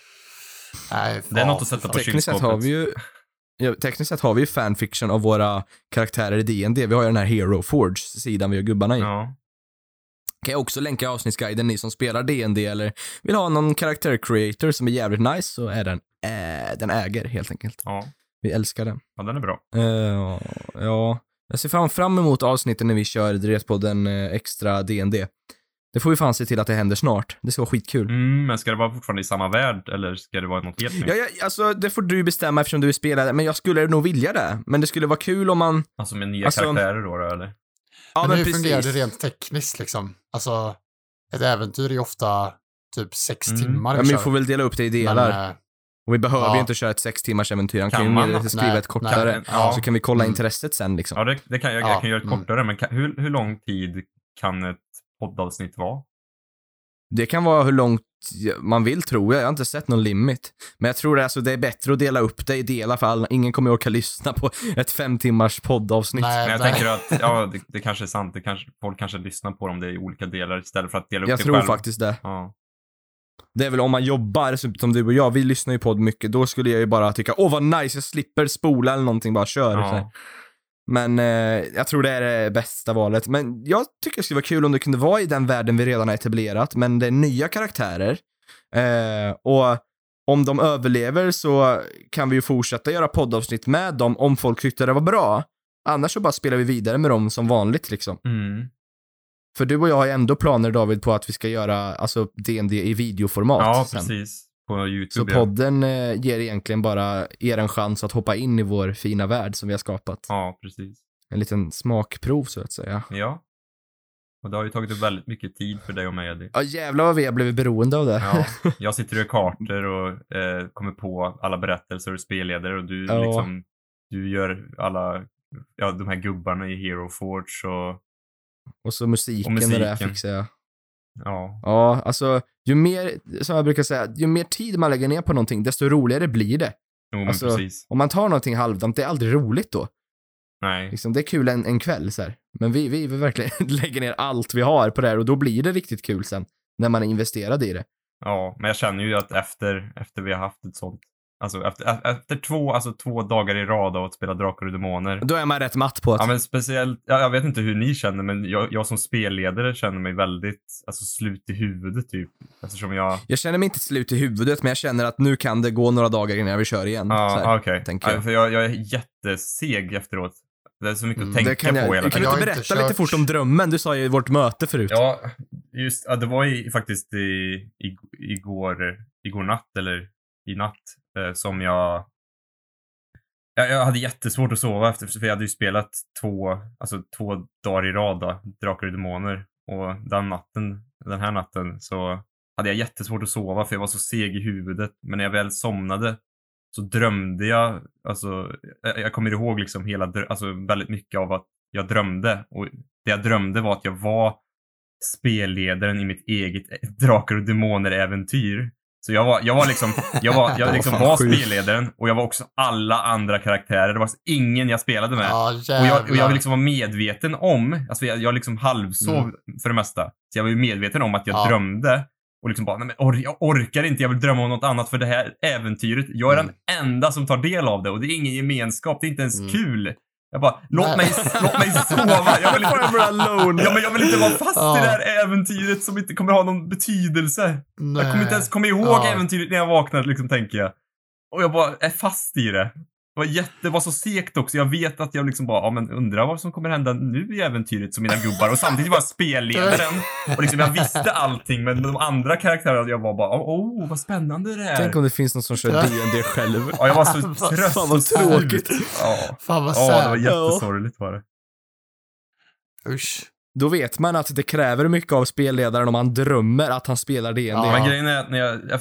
Nej, Det är något att sätta på Tekniskt sett kylskåpet. har vi ju fanfiction av våra karaktärer i D&D. Vi har ju den här Hero Forge-sidan vi har gubbarna i. Ja. Kan jag också länka i avsnittsguiden, ni som spelar D&D eller vill ha någon karaktär creator som är jävligt nice, så är den äger helt enkelt. Ja. Vi älskar den. Ja, den är bra. Ja. Jag ser fram emot avsnitten när vi kör Dretpodden extra D&D. Det får vi fan se till att det händer snart. Det ska vara skitkul. Men ska det vara fortfarande i samma värld eller ska det vara något helt nytt? Ja, alltså det får du bestämma eftersom du spelar, men jag skulle nog vilja det. Men det skulle vara kul om man... Alltså med nya karaktärer då, eller? Ja, men hur precis. fungerar det rent tekniskt liksom? Alltså, ett äventyr är ju ofta typ 6 timmar. Ja, men vi får väl dela upp det i delar. Och vi behöver ju inte köra ett 6 timmars äventyr. Han kan ju skriva ett kortare. Så kan vi kolla intresset sen liksom. Ja, det kan jag kan göra ett kortare, men hur lång tid kan ett poddavsnitt vara? Det kan vara hur långt man vill, tror jag. Jag har inte sett någon limit. Men jag tror alltså det är bättre att dela upp det i delar, för alla. Ingen kommer orka lyssna på ett 5 timmars poddavsnitt. Men jag tänker att det kanske är sant. Folk kanske lyssnar på dem det i olika delar istället för att dela upp det själv. Jag tror faktiskt det. Ja. Det är väl om man jobbar som du och jag, vi lyssnar ju på mycket. Då skulle jag ju bara tycka, vad nice, jag slipper spola eller någonting, bara kör. Ja. Men jag tror det är det bästa valet. Men jag tycker det skulle vara kul om det kunde vara i den världen vi redan har etablerat, men det är nya karaktärer. Och om de överlever så kan vi ju fortsätta göra poddavsnitt med dem om folk tyckte det var bra. Annars så bara spelar vi vidare med dem som vanligt liksom. För du och jag har ju ändå planer, David, på att vi ska göra alltså D&D i videoformat. Ja, sen. precis. På YouTube. Så podden ger egentligen bara er en chans att hoppa in i vår fina värld som vi har skapat. Ja, precis. En liten smakprov så att säga. Ja. Och det har ju tagit upp väldigt mycket tid för dig och mig, Eddie. Ja, jävlar vad vi har blivit beroende av det. Ja, jag sitter och gör kartor och kommer på alla berättelser och spelledare och du liksom, du gör alla, de här gubbarna i Hero Forge och så musiken. Det där fixar jag. Ja, alltså ju mer, som jag brukar säga, ju mer tid man lägger ner på någonting, desto roligare blir det. Jo, men alltså, precis. Om man tar någonting halvdant, det är aldrig roligt då. Nej. Liksom, det är kul en kväll så här. Men vi verkligen lägger ner allt vi har på det här och då blir det riktigt kul sen när man är investerad i det. Ja, men jag känner ju att efter vi har haft ett sånt, alltså efter 2 dagar i rad av att spela Drakar och Demoner. Då är man rätt matt på att... Ja, men speciellt, jag vet inte hur ni känner, men jag som spelledare känner mig väldigt, alltså slut i huvudet typ. Eftersom jag känner mig inte slut i huvudet, men jag känner att nu kan det gå några dagar innan jag vill köra igen. Ja, okej. Okay. För jag är jätteseg efteråt. Det är så mycket att tänka på hela tiden. Kan du inte berätta lite fort om drömmen? Du sa ju i vårt möte förut. Ja, just, det var faktiskt igår natt, eller i natt, som jag hade jättesvårt att sova för jag hade ju spelat 2 dagar i rad då, Drakar och Demoner. Och den här natten så hade jag jättesvårt att sova för jag var så seg i huvudet. Men när jag väl somnade så drömde jag, alltså jag kommer ihåg liksom väldigt mycket av att jag drömde. Och det jag drömde var att jag var spelledaren i mitt eget Drakar och Demoner-äventyr. Så jag var spelledaren och jag var också alla andra karaktärer. Det var ingen jag spelade med. Och jag liksom var medveten om, alltså jag liksom halvsov för det mesta. Så jag var ju medveten om att jag drömde. Och liksom bara, nej men jag orkar inte, jag vill drömma om något annat för det här äventyret. Jag är den enda som tar del av det och det är ingen gemenskap, det är inte ens kul. Jag bara, låt mig sova. Jag vill inte vara fast i det här äventyret som inte kommer ha någon betydelse. Nej. Jag kommer inte ens komma ihåg äventyret när jag vaknar, liksom, tänker jag. Och jag bara är fast i det. Det var så segt också. Jag vet att jag liksom bara, men undrar vad som kommer hända nu i äventyret som mina gubbar. Och samtidigt var jag spelledaren. Och liksom jag visste allting, men de andra karaktärerna, jag var bara, vad spännande det är. Tänk om det finns någon som kör D&D själv. Ja, jag var så trött. Fan vad tråkigt. Fan vad sad. Det var jättesorgligt var det. Usch. Då vet man att det kräver mycket av spelledaren om man drömmer att han spelar D&D. Ja, men grejen är att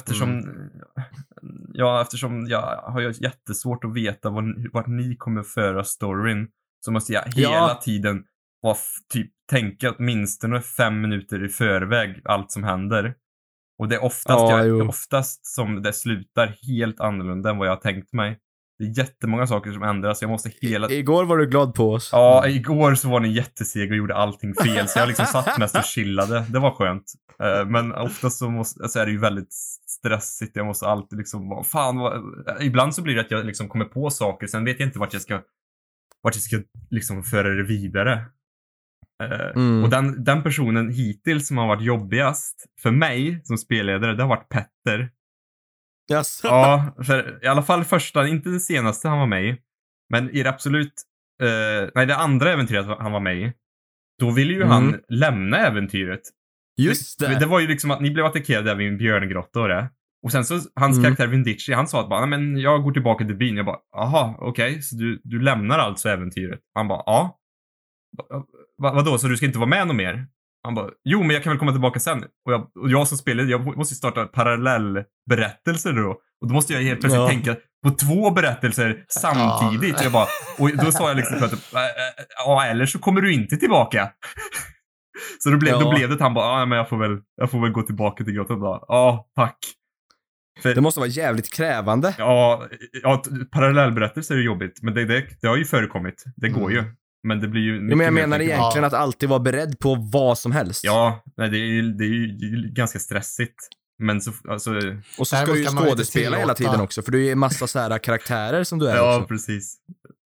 eftersom jag har ju jättesvårt att veta vart ni kommer föra storyn, så måste jag hela tiden tänka åtminstone 5 minuter i förväg allt som händer. Och det är oftast som det slutar helt annorlunda än vad jag har tänkt mig. Det är jättemånga saker som ändras. Jag måste Igår var du glad på oss. Ja, igår så var ni jätteseg och gjorde allting fel. Så jag liksom satt mest och chillade. Det var skönt. Men oftast så är det ju väldigt stressigt. Jag måste alltid liksom... Ibland så blir det att jag liksom kommer på saker. Sen vet jag inte vart jag ska liksom föra det vidare. Och den personen hittills som har varit jobbigast för mig som spelledare, det har varit Petter. Yes. Ja, för i alla fall första, inte den senaste han var med i, men i det absolut det andra äventyret han var med i, då ville ju han lämna äventyret. Just det. Det var ju liksom att ni blev attackerade vid en björngrotta och det. Och sen så hans karaktär Vindici, han sa att bara, men jag går tillbaka till byn. Jag bara, aha, okej, så du lämnar alltså äventyret? Han bara, ja. Vadå, så du ska inte vara med någon mer? Han bara, jo men jag kan väl komma tillbaka sen. Och jag som spelade, jag måste starta parallellberättelser då. Och då måste jag helt plötsligt tänka på 2 berättelser samtidigt. Och då sa jag liksom eller så kommer du inte tillbaka. Så då blev det att han bara, men jag får väl gå tillbaka till grottan då. Ja, tack. Det måste vara jävligt krävande. Ja, parallellberättelser är jobbigt. Men det har ju förekommit. Det går ju. Men det blir ju... Men jag menar egentligen att alltid vara beredd på vad som helst. Ja, nej, det är ju ganska stressigt. Men så, alltså... Och så ska du ju skådespela hela tiden också. För du är ju en massa så här karaktärer som du är också. Precis.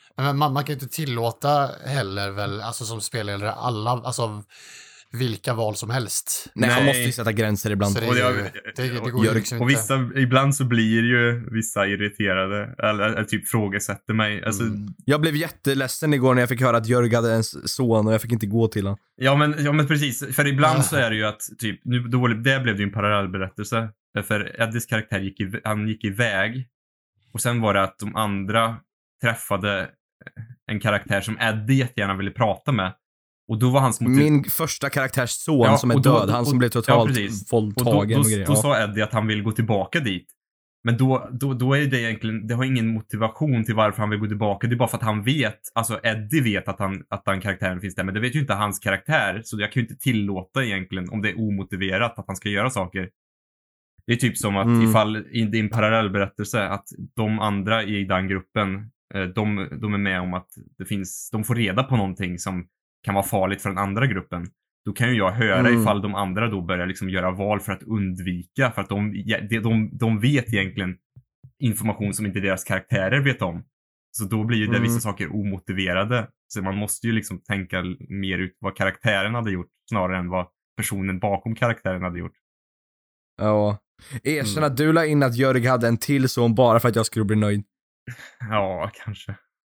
Men man kan ju inte tillåta heller väl, alltså som spelare, alla, alltså vilka val som helst. Nej, han Nej. måste ju sätta gränser ibland. Så det, Och är jag- ju, det går ju liksom Och inte. ibland så blir ju vissa irriterade, eller typ frågesätter mig. Alltså, Jag blev jätteledsen igår när jag fick höra att Jörg hade en son och jag fick inte gå till honom. ja men precis, för ibland så är det ju att typ, det blev det ju en parallellberättelse. För Eddies karaktär gick iväg. Och sen var det att de andra träffade en karaktär som Eddie jättegärna ville prata med. Och då var hans motiv... Min första karaktärs son som är och då- död, han som och- blev totalt precis. våldtagen och grejer. Då Ja. sa Eddie att han vill gå tillbaka dit. Men då är det egentligen, det har ingen motivation till varför han vill gå tillbaka. Det är bara för att han vet, alltså Eddie vet att den karaktären finns där. Men det vet ju inte hans karaktär. Så jag kan ju inte tillåta egentligen, om det är omotiverat, att han ska göra saker. Det är typ som att ifall i din parallellberättelse att de andra i den gruppen, de är med om att de får reda på någonting som kan vara farligt för den andra gruppen. Då kan ju jag höra ifall de andra då börjar liksom göra val för att undvika, för att de vet egentligen information som inte deras karaktärer vet om. Så då blir ju det vissa saker omotiverade. Så man måste ju liksom tänka mer ut vad karaktären hade gjort snarare än vad personen bakom karaktären hade gjort. Ja. Erkänn att du la in att Jörg hade en till son bara för att jag skulle bli nöjd. Ja, kanske.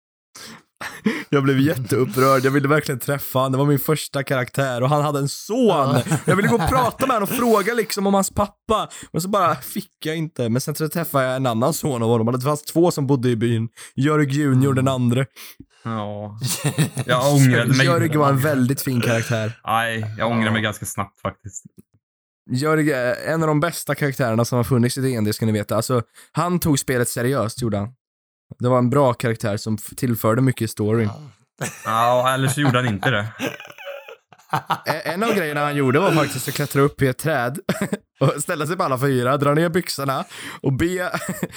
Jag blev jätteupprörd, jag ville verkligen träffa han. Det var min första karaktär och han hade en son. Jag ville gå och prata med honom och fråga liksom om hans pappa. Men så bara fick jag inte. Men sen så träffade jag en annan son av honom. Det fanns 2 som bodde i byn. Jörg Junior, den andra. Ja. Jag ångrade mig. Jörg var en väldigt fin karaktär. Nej, jag ångrar mig ganska snabbt faktiskt. Jörg är en av de bästa karaktärerna som har funnits i D&D, ska ni veta. Alltså, han tog spelet seriöst, gjorde han. Det var en bra karaktär som tillförde mycket i storyn. Ja, eller så gjorde han inte det. En av grejerna han gjorde var faktiskt att klättra upp i ett träd och ställa sig på alla 4, dra ner byxorna och be...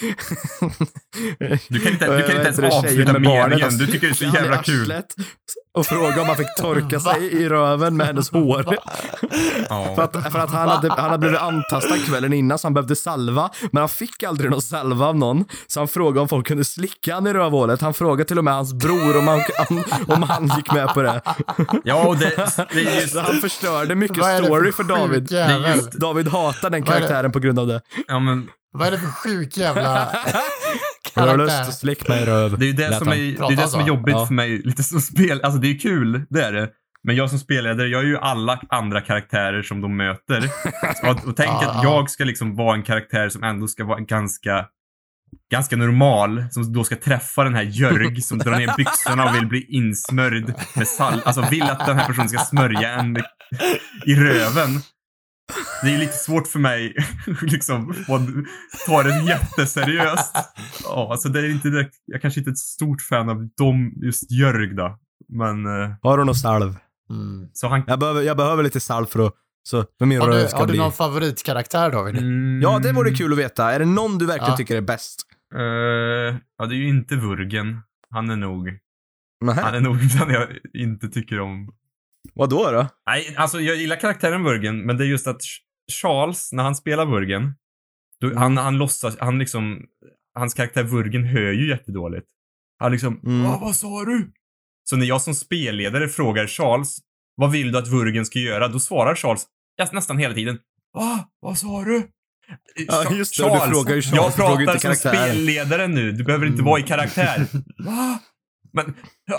Du kan inte ens avsluta meningen. Du tycker det är så jävla kul. Och fråga om han fick torka sig i röven med hennes hår. Ja. För att han hade blivit antastad kvällen innan, så han behövde salva. Men han fick aldrig någon salva av någon. Så han frågade om folk kunde slicka han i rövhålet. Han frågade till och med hans bror om han gick med på det. Ja, och det är just... Så han förstörde mycket Vad är det story för för David. sjuk jävel? David hatar den Vad är det? karaktären på grund av det. Ja, men Vad är det för sjuk jävla Jag har lust karaktär? att slicka mig i röv. det är ju det lät som han. är, det som är jobbigt Ja. för mig. Lite som spel... Alltså, det är kul, det är det. Men jag som spelledare, jag är ju alla andra karaktärer som de möter. Och tänk att jag ska liksom vara en karaktär som ändå ska vara ganska normal, som då ska träffa den här Jörg som drar ner byxorna och vill bli insmörjd med salt. Alltså vill att den här personen ska smörja en i röven. Det är lite svårt för mig liksom att ta det jätteseriöst. Ja, alltså det är inte direkt, jag kanske inte är ett stort fan av just Jörg då. Men Har du någon salv? så han... Jag behöver lite salv för att min röv ska Har du bli... någon favoritkaraktär, David? Ja, det vore kul att veta. Är det någon du verkligen tycker är bäst? Ja, det är ju inte Vurgen. Han är nog Nähä. den jag inte tycker om. Vadå då? Nej, alltså jag gillar karaktären Vurgen, men det är just att Charles, när han spelar Vurgen, då, han låtsas, hans karaktär Vurgen hör ju jättedåligt. Han liksom, vad sa du? Så när jag som spelledare frågar Charles, vad vill du att Vurgen ska göra? Då svarar Charles nästan hela tiden, vad sa du? Ja, just det, du frågar ju Charles, jag du frågar pratar inte som karaktären. spelledare nu. Du behöver inte vara i karaktär. Va? Men,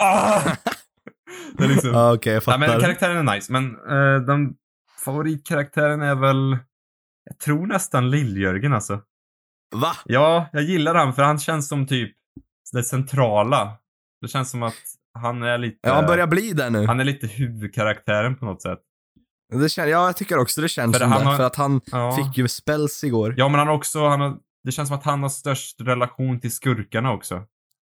Det är liksom... Okej, jag fattar. Nej, men karaktären är nice. Men den favoritkaraktären är väl... Jag tror nästan Lill-Jörgen alltså. Va? Ja, jag gillar han för han känns som typ det centrala. Det känns som att han är lite... Ja, han börjar bli där nu. Han är lite huvudkaraktären på något sätt. Jag tycker också det känns För som han det. har- För att han Ja. fick ju spells igår. Ja, men det känns som att han har störst relation till skurkarna också.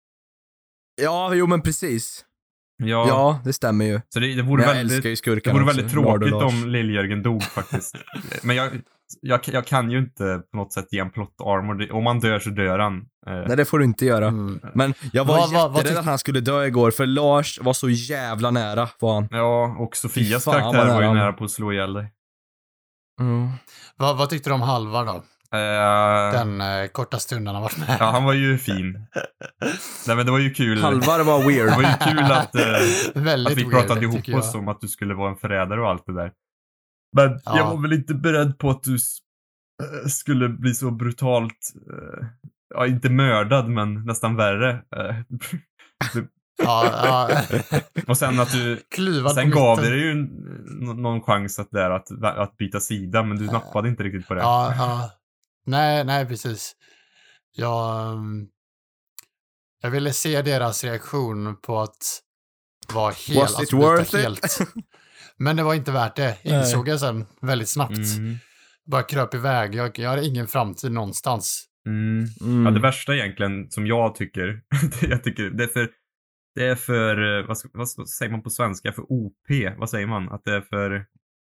Ja, jo men precis. Ja, Ja, det stämmer ju. så det vore Men jag väldigt... älskar ju Det skurkarna vore också. väldigt tråkigt Lard och Lars. om Lill-Jörgen dog faktiskt. Men jag kan ju inte på något sätt ge en plot armor. Om han dör så dör han. Nej, det får du inte göra. Men jag var Vad jätterädd att han skulle dö igår, för Lars var så jävla nära, var han. Ja, och Sofias Fy fan, karaktär vad var ju nära han nära var. på att slå ihjäl dig. Vad tyckte du om Halvar då? Den korta stunden han varit med. Ja, han var ju fin. Nej, men det var ju kul. Halvar var Det weird. var ju kul att Väldigt vi weird, pratade ihop tycker oss jag. om att du skulle vara en förrädare och allt det där. Men Ja. jag var väl inte beredd på att du skulle bli så brutalt, ja, inte mördad, men nästan värre. Ja. Och sen att du, Klyvad sen på gav mitten. det ju någon chans att byta sida, men du nappade inte riktigt på det. Ja. Nej, precis. Jag ville se deras reaktion på att vara helt... Was it worth it? helt. Men det var inte värt det, insåg jag sen väldigt snabbt. Bara kröp iväg. Jag har ingen framtid någonstans. Ja, det värsta egentligen som jag tycker, det är för vad säger man på svenska, för OP, vad säger man? Att det är för...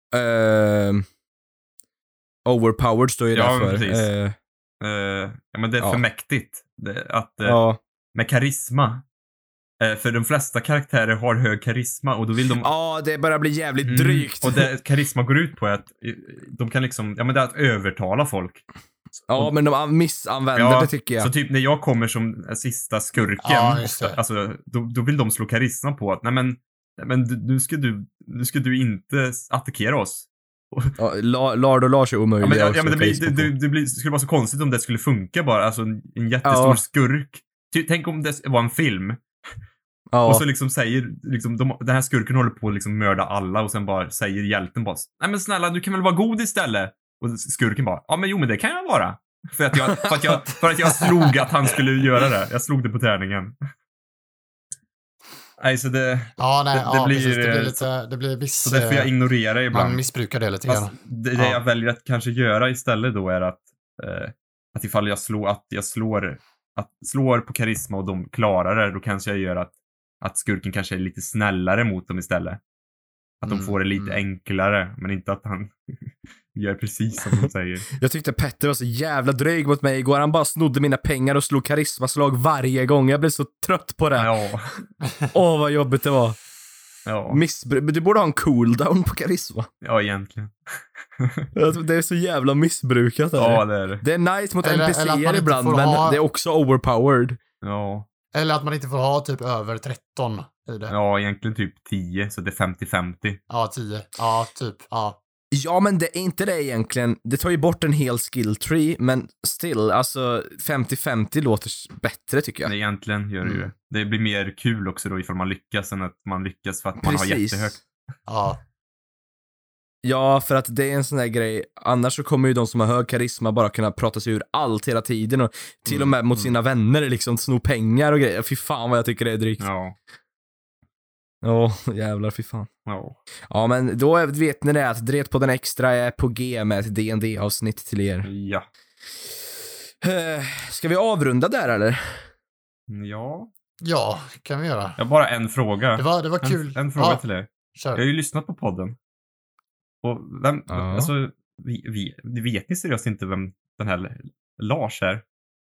Overpowered står ju Ja, där för. precis. Ja, men det är för mäktigt. Med karisma. För de flesta karaktärer har hög karisma och då vill de... Ja, det börjar bli jävligt drygt. Och det karisma går ut på att de kan liksom, ja men det är att övertala folk. Ja, men de missanvänder det tycker jag. Så typ när jag kommer som sista skurken, Ja, just det. alltså, då vill de slå karisma på att, nej men nu ska du inte attackera oss. Ja, Lard och Lars är omöjliga. Ja, men det skulle vara så konstigt om det skulle funka bara, alltså en jättestor skurk. Tänk om det var en film. Ja. Och så liksom säger, liksom, den här skurken håller på att liksom mörda alla och sen bara säger hjälten bara, nej men snälla, du kan väl vara god istället? Och skurken bara, ja men det kan jag vara. För att jag slog att han skulle göra det. Jag slog det på tärningen. Nej, så det... Ja, nej, det blir, precis. Det blir lite... Det blir viss... Så därför jag ignorerar ibland. Man missbrukar det lite grann. Det jag väljer att kanske göra istället då är att ifall jag slår på karisma och de klarar det, då kanske jag gör att skurken kanske är lite snällare mot dem istället. Att de får det lite enklare, men inte att han gör precis som de säger. Jag tyckte Petter var så jävla dryg mot mig igår. Han bara snodde mina pengar och slog karismaslag varje gång. Jag blev så trött på det. Ja. Vad jobbigt det var. Ja. Du borde ha en cooldown på karisma. Ja, egentligen. Det är så jävla missbrukat. Ja, det är det. Det är nice mot Eller att man NPC:er inte ibland, får men ha- det är också overpowered. Ja. Eller att man inte får ha typ över 13 i det. Ja, egentligen typ 10, så det är 50-50. Ja, 10. Ja, typ. Ja. Ja, men det är inte det egentligen. Det tar ju bort en hel skill tree, men still, alltså 50-50 låter bättre tycker jag. Egentligen gör det ju det. Det blir mer kul också då ifall man lyckas än att man lyckas för att man har Precis. jättehögt. Ja. Ja, för att det är en sån där grej. Annars så kommer ju de som har hög karisma bara kunna prata sig ur allt hela tiden och till och med mot sina vänner liksom sno pengar och grejer. Fy fan vad jag tycker det är drygt. Ja, jävlar fy fan. Ja. Ja, men då vet ni det att Dret på den extra är på G med ett D&D-avsnitt till er. Ja. Ska vi avrunda där eller? Ja. Ja, kan vi göra. Jag har bara en fråga. Det var kul. En fråga Ja, till er. Jag har kör. ju lyssnat på podden. Och alltså, vet ni seriöst inte vem den här Lars är?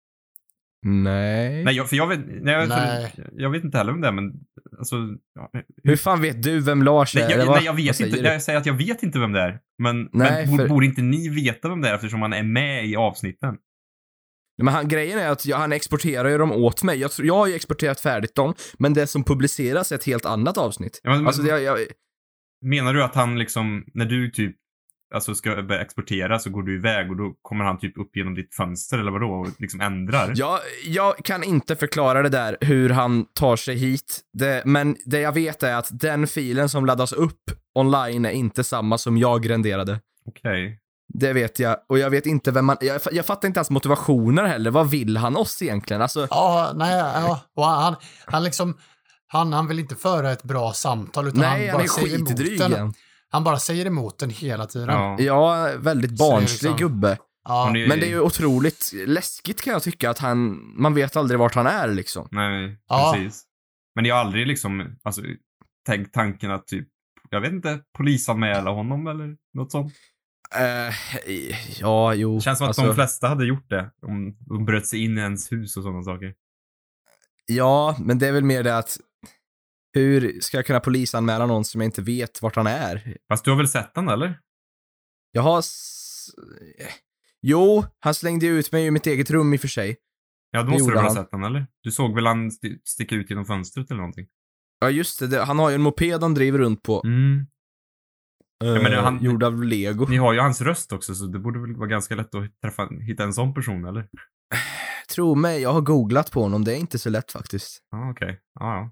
Nej. Nej, jag vet inte heller vem det är, men alltså... Ja, Hur fan vet du vem Lars är? Nej, jag vet inte. Jag säger att jag vet inte vem det är. Men borde inte ni veta vem det är eftersom han är med i avsnitten? Men grejen är att han exporterar ju dem åt mig. Jag har ju exporterat färdigt dem, men det som publiceras är ett helt annat avsnitt. Ja, men, alltså, menar du att han liksom, när du typ alltså ska börja exportera så går du iväg och då kommer han typ upp genom ditt fönster eller vadå och liksom ändrar? Jag kan inte förklara det där hur han tar sig hit. Men det jag vet är att den filen som laddas upp online är inte samma som jag renderade. Okej. Det vet jag. Och jag vet inte vem man... Jag fattar inte ens motivationer heller. Vad vill han oss egentligen? Alltså... Ja, nej, ja. Och han liksom... Han vill inte föra ett bra samtal utan nej, han bara säger skitdryg emot den. Han bara säger emot den hela tiden. Ja, väldigt barnslig liksom, gubbe. Ja. Men det är ju otroligt läskigt kan jag tycka att man vet aldrig vart han är liksom. Nej, Ja. precis. Men jag har aldrig liksom, alltså, tänkt tanken att typ, jag vet inte, polisanmäla honom eller något sånt. Ja, jo. Det känns som att de flesta hade gjort det. Om de bröt sig in i ens hus och sådana saker. Ja, men det är väl mer det att hur ska jag kunna polisanmäla någon som jag inte vet vart han är? Fast du har väl sett den eller? Jo, han slängde ut mig i mitt eget rum i och för sig. Ja, då Det måste du gjorde väl ha han. sett den, eller? Du såg väl han sticka ut genom fönstret eller någonting? Ja, just det. Han har ju en moped han driver runt på. Mm. Ja, men han- Gjord av Lego. Ni har ju hans röst också, så det borde väl vara ganska lätt att hitta en sån person, eller? Tro mig, jag har googlat på honom. Det är inte så lätt faktiskt. Ja, okej. Ja.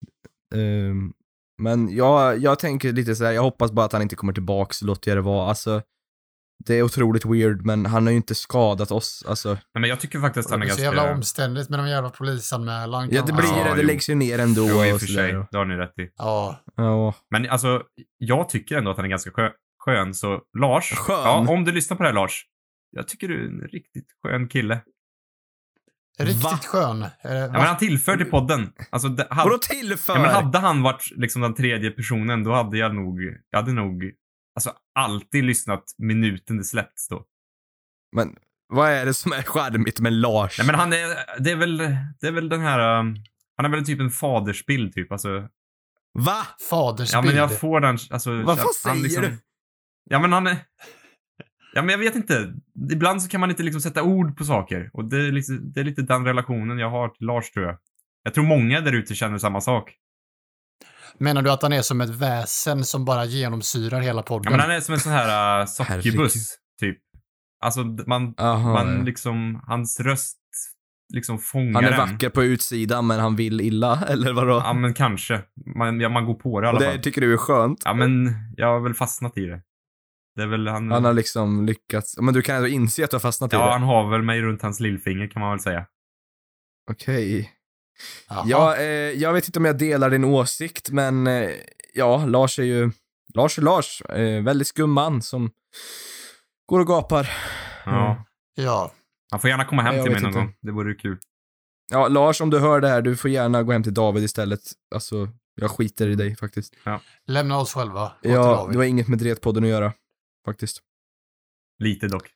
Men jag tänker lite så här, jag hoppas bara att han inte kommer tillbaka, så låter jag det vara. Alltså, det är otroligt weird, men han har ju inte skadat oss. Alltså, Nej, men jag tycker faktiskt att han Det är är så ganska... jävla omständigt med de jävla polisanmälan. ja, det blir Ja, det jo. läggs ju ner ändå. Jo, i och och för så sig. där. Det har ni rätt i. Ja. Ja. Men alltså, jag tycker ändå att han är ganska skön, så Lars... Skön? Ja, om du lyssnar på det här, Lars. Jag tycker du är en riktigt skön kille. Riktigt Va? skön. Ja, men han tillför till podden. Alltså, Vadå tillför? Ja, men hade han varit liksom den tredje personen, då hade jag nog alltså alltid lyssnat minuten det släppts då. Men vad är det som är charmigt med Lars? Nej, men det är väl den här, han är väl typ en fadersbild typ, alltså. Va? Fadersbild. Ja, men jag får den, alltså. Vad fan han säger du? Ja, men han är, ja, men jag vet inte. Ibland så kan man inte liksom sätta ord på saker. Och det är lite den relationen jag har till Lars, tror jag. Jag tror många där ute känner samma sak. Menar du att han är som ett väsen som bara genomsyrar hela podden? Ja, men han är som en sån här sockerbuss, typ. Alltså, man liksom, hans röst liksom fångar Han är den. vacker på utsidan, men han vill illa, eller vadå? Ja, men kanske. Man går på det i alla Det fall. tycker du är skönt. Ja, men jag har väl fastnat i det. Det är väl han... Han har liksom lyckats. Men du kan ändå inse att du har fastnat i Ja, det. han har väl mig runt hans lillfinger, kan man väl säga. Okej. Jaha. Ja, jag vet inte om jag delar din åsikt, men ja, Lars är ju... Lars. Väldigt skum man som går och gapar. Ja. Ja. Han får gärna komma hem Jag till vet mig någon inte. gång. Det vore ju kul. Ja, Lars, om du hör det här, du får gärna gå hem till David istället. Alltså, jag skiter i dig faktiskt. Lämna oss själva. Gå till Ja, David. det var inget med Dretpodden att göra. Faktiskt. Lite dock.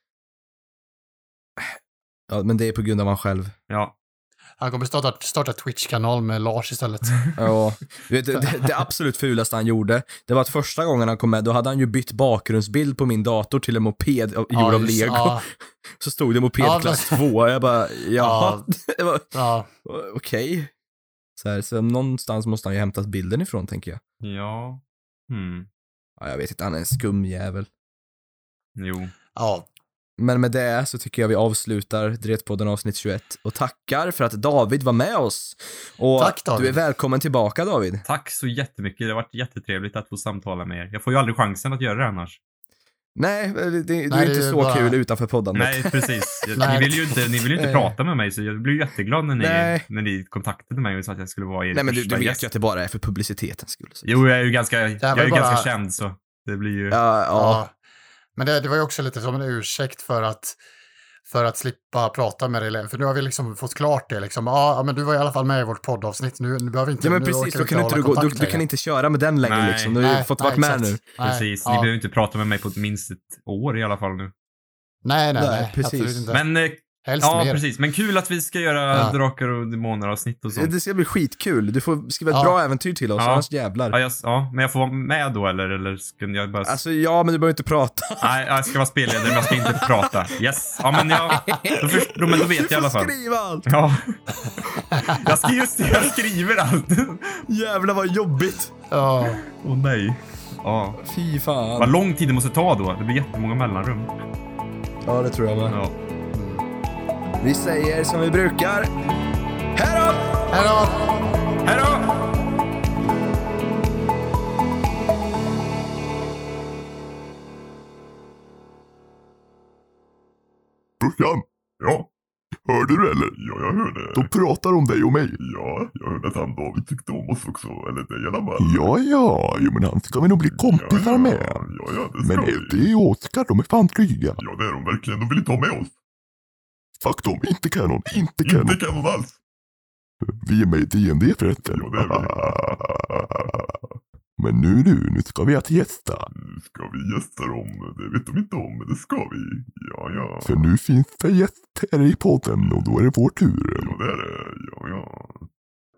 Ja, men det är på grund av han själv. Ja. Han kommer starta Twitch-kanal med Lars istället. Ja, du vet, det absolut fulaste han gjorde, det var att första gången han kom med, då hade han ju bytt bakgrundsbild på min dator till en moped gjord av just- Lego. Ja, Så stod det moped klass 2, jag bara, ja, det var, ja. okej. Så någonstans måste han ju hämtat bilden ifrån, tänker jag. Ja. Ja, jag vet inte, han är en skum jävel. Jo. Ja. Men med det så tycker jag vi avslutar Dretpodden avsnitt 21 och tackar för att David var med oss. Och Tack, David. du är välkommen tillbaka, David. Tack så jättemycket. Det har varit jättetrevligt att få samtala med er. Jag får ju aldrig chansen att göra det annars. Nej, du är det inte är så bara- kul utanför poddandet. Nej, precis. Nej. Ni vill ju inte prata med mig, så jag blev jätteglad Nej. när ni kontaktade mig och sa att jag skulle vara er Nej, men du första vet gäst. ju att det bara är för publicitetens skull. Så. Jo, jag är ju var bara- ganska känd, så det blir ju... Ja. Ja. Men det var ju också lite som en ursäkt för att slippa prata med dig. För nu har vi liksom fått klart det liksom. Ja, men du var i alla fall med i vårt poddavsnitt. Nu behöver vi inte... Ja, men nu precis, orkar då vi kan inte du hålla inte kontakt du kan längre. inte köra med den längre Nej. liksom. Du har ju fått vara med exakt. nu. Nej, Precis, ja. ni behöver inte prata med mig på minst ett år i alla fall nu. Nej, Nej, precis. absolut inte. Men, Helst ja mer. precis. Men kul att vi ska göra Ja. Drakar och Demoner-avsnitt och sånt. Det ska bli skitkul. Du får skriva ett Ja. bra äventyr till oss, Ja. annars jävlar. Ja, men jag får vara med då, eller ska jag bara... Alltså ja, men du behöver inte prata. Nej, jag ska vara spelledare, men jag ska inte prata. Yes. Ja, men då vet jag i alla fall. Du får skriva allt. Ja. Jag skriver allt. Jävlar vad jobbigt. Ja. Åh nej. Ja. Fy fan. Vad lång tid det måste ta då. Det blir jättemånga mellanrum. Ja, det tror jag med. Ja. Vi säger som vi brukar. Hej då! Hej då! Hej då! Brorsan, Ja, hörde du eller? ja, jag hörde. De pratar om dig och mig. Ja, jag hörde att han David tyckte om oss också. Eller dig i alla fall. Ja, jo men han ska vi nog bli kompisar med. Ja, det ska Men vi. det är Oskar, de är fan dryga. Ja, det är de verkligen. De vill inte ha med oss. Fuck dem, inte Canon, inte Canon. Inte kan de alls. Vi är med i D&D förresten. Ja, det är vi. Men nu ska vi att gästa. Nu ska vi gästa dem. Det vet de inte om, men det ska vi. Ja. För nu finns det gäst här i podden och då är det vår tur. Ja, det är det. Ja.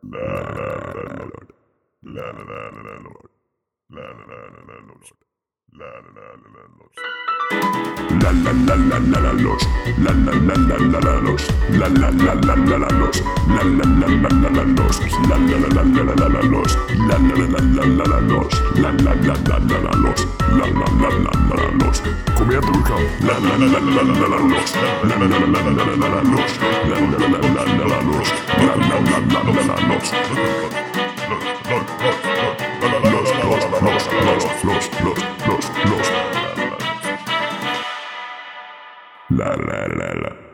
La. La la la la la la los. La la la la la la los. La la la la la la los. La la la la la la los. La la la la la la la los. La la la la la la los. La la la la la la los. La la la la la los. Kom igen Turkan. La la la la la la los. La la la la la la los. La la la la la la los. La la la la la la los. Los. La la la la.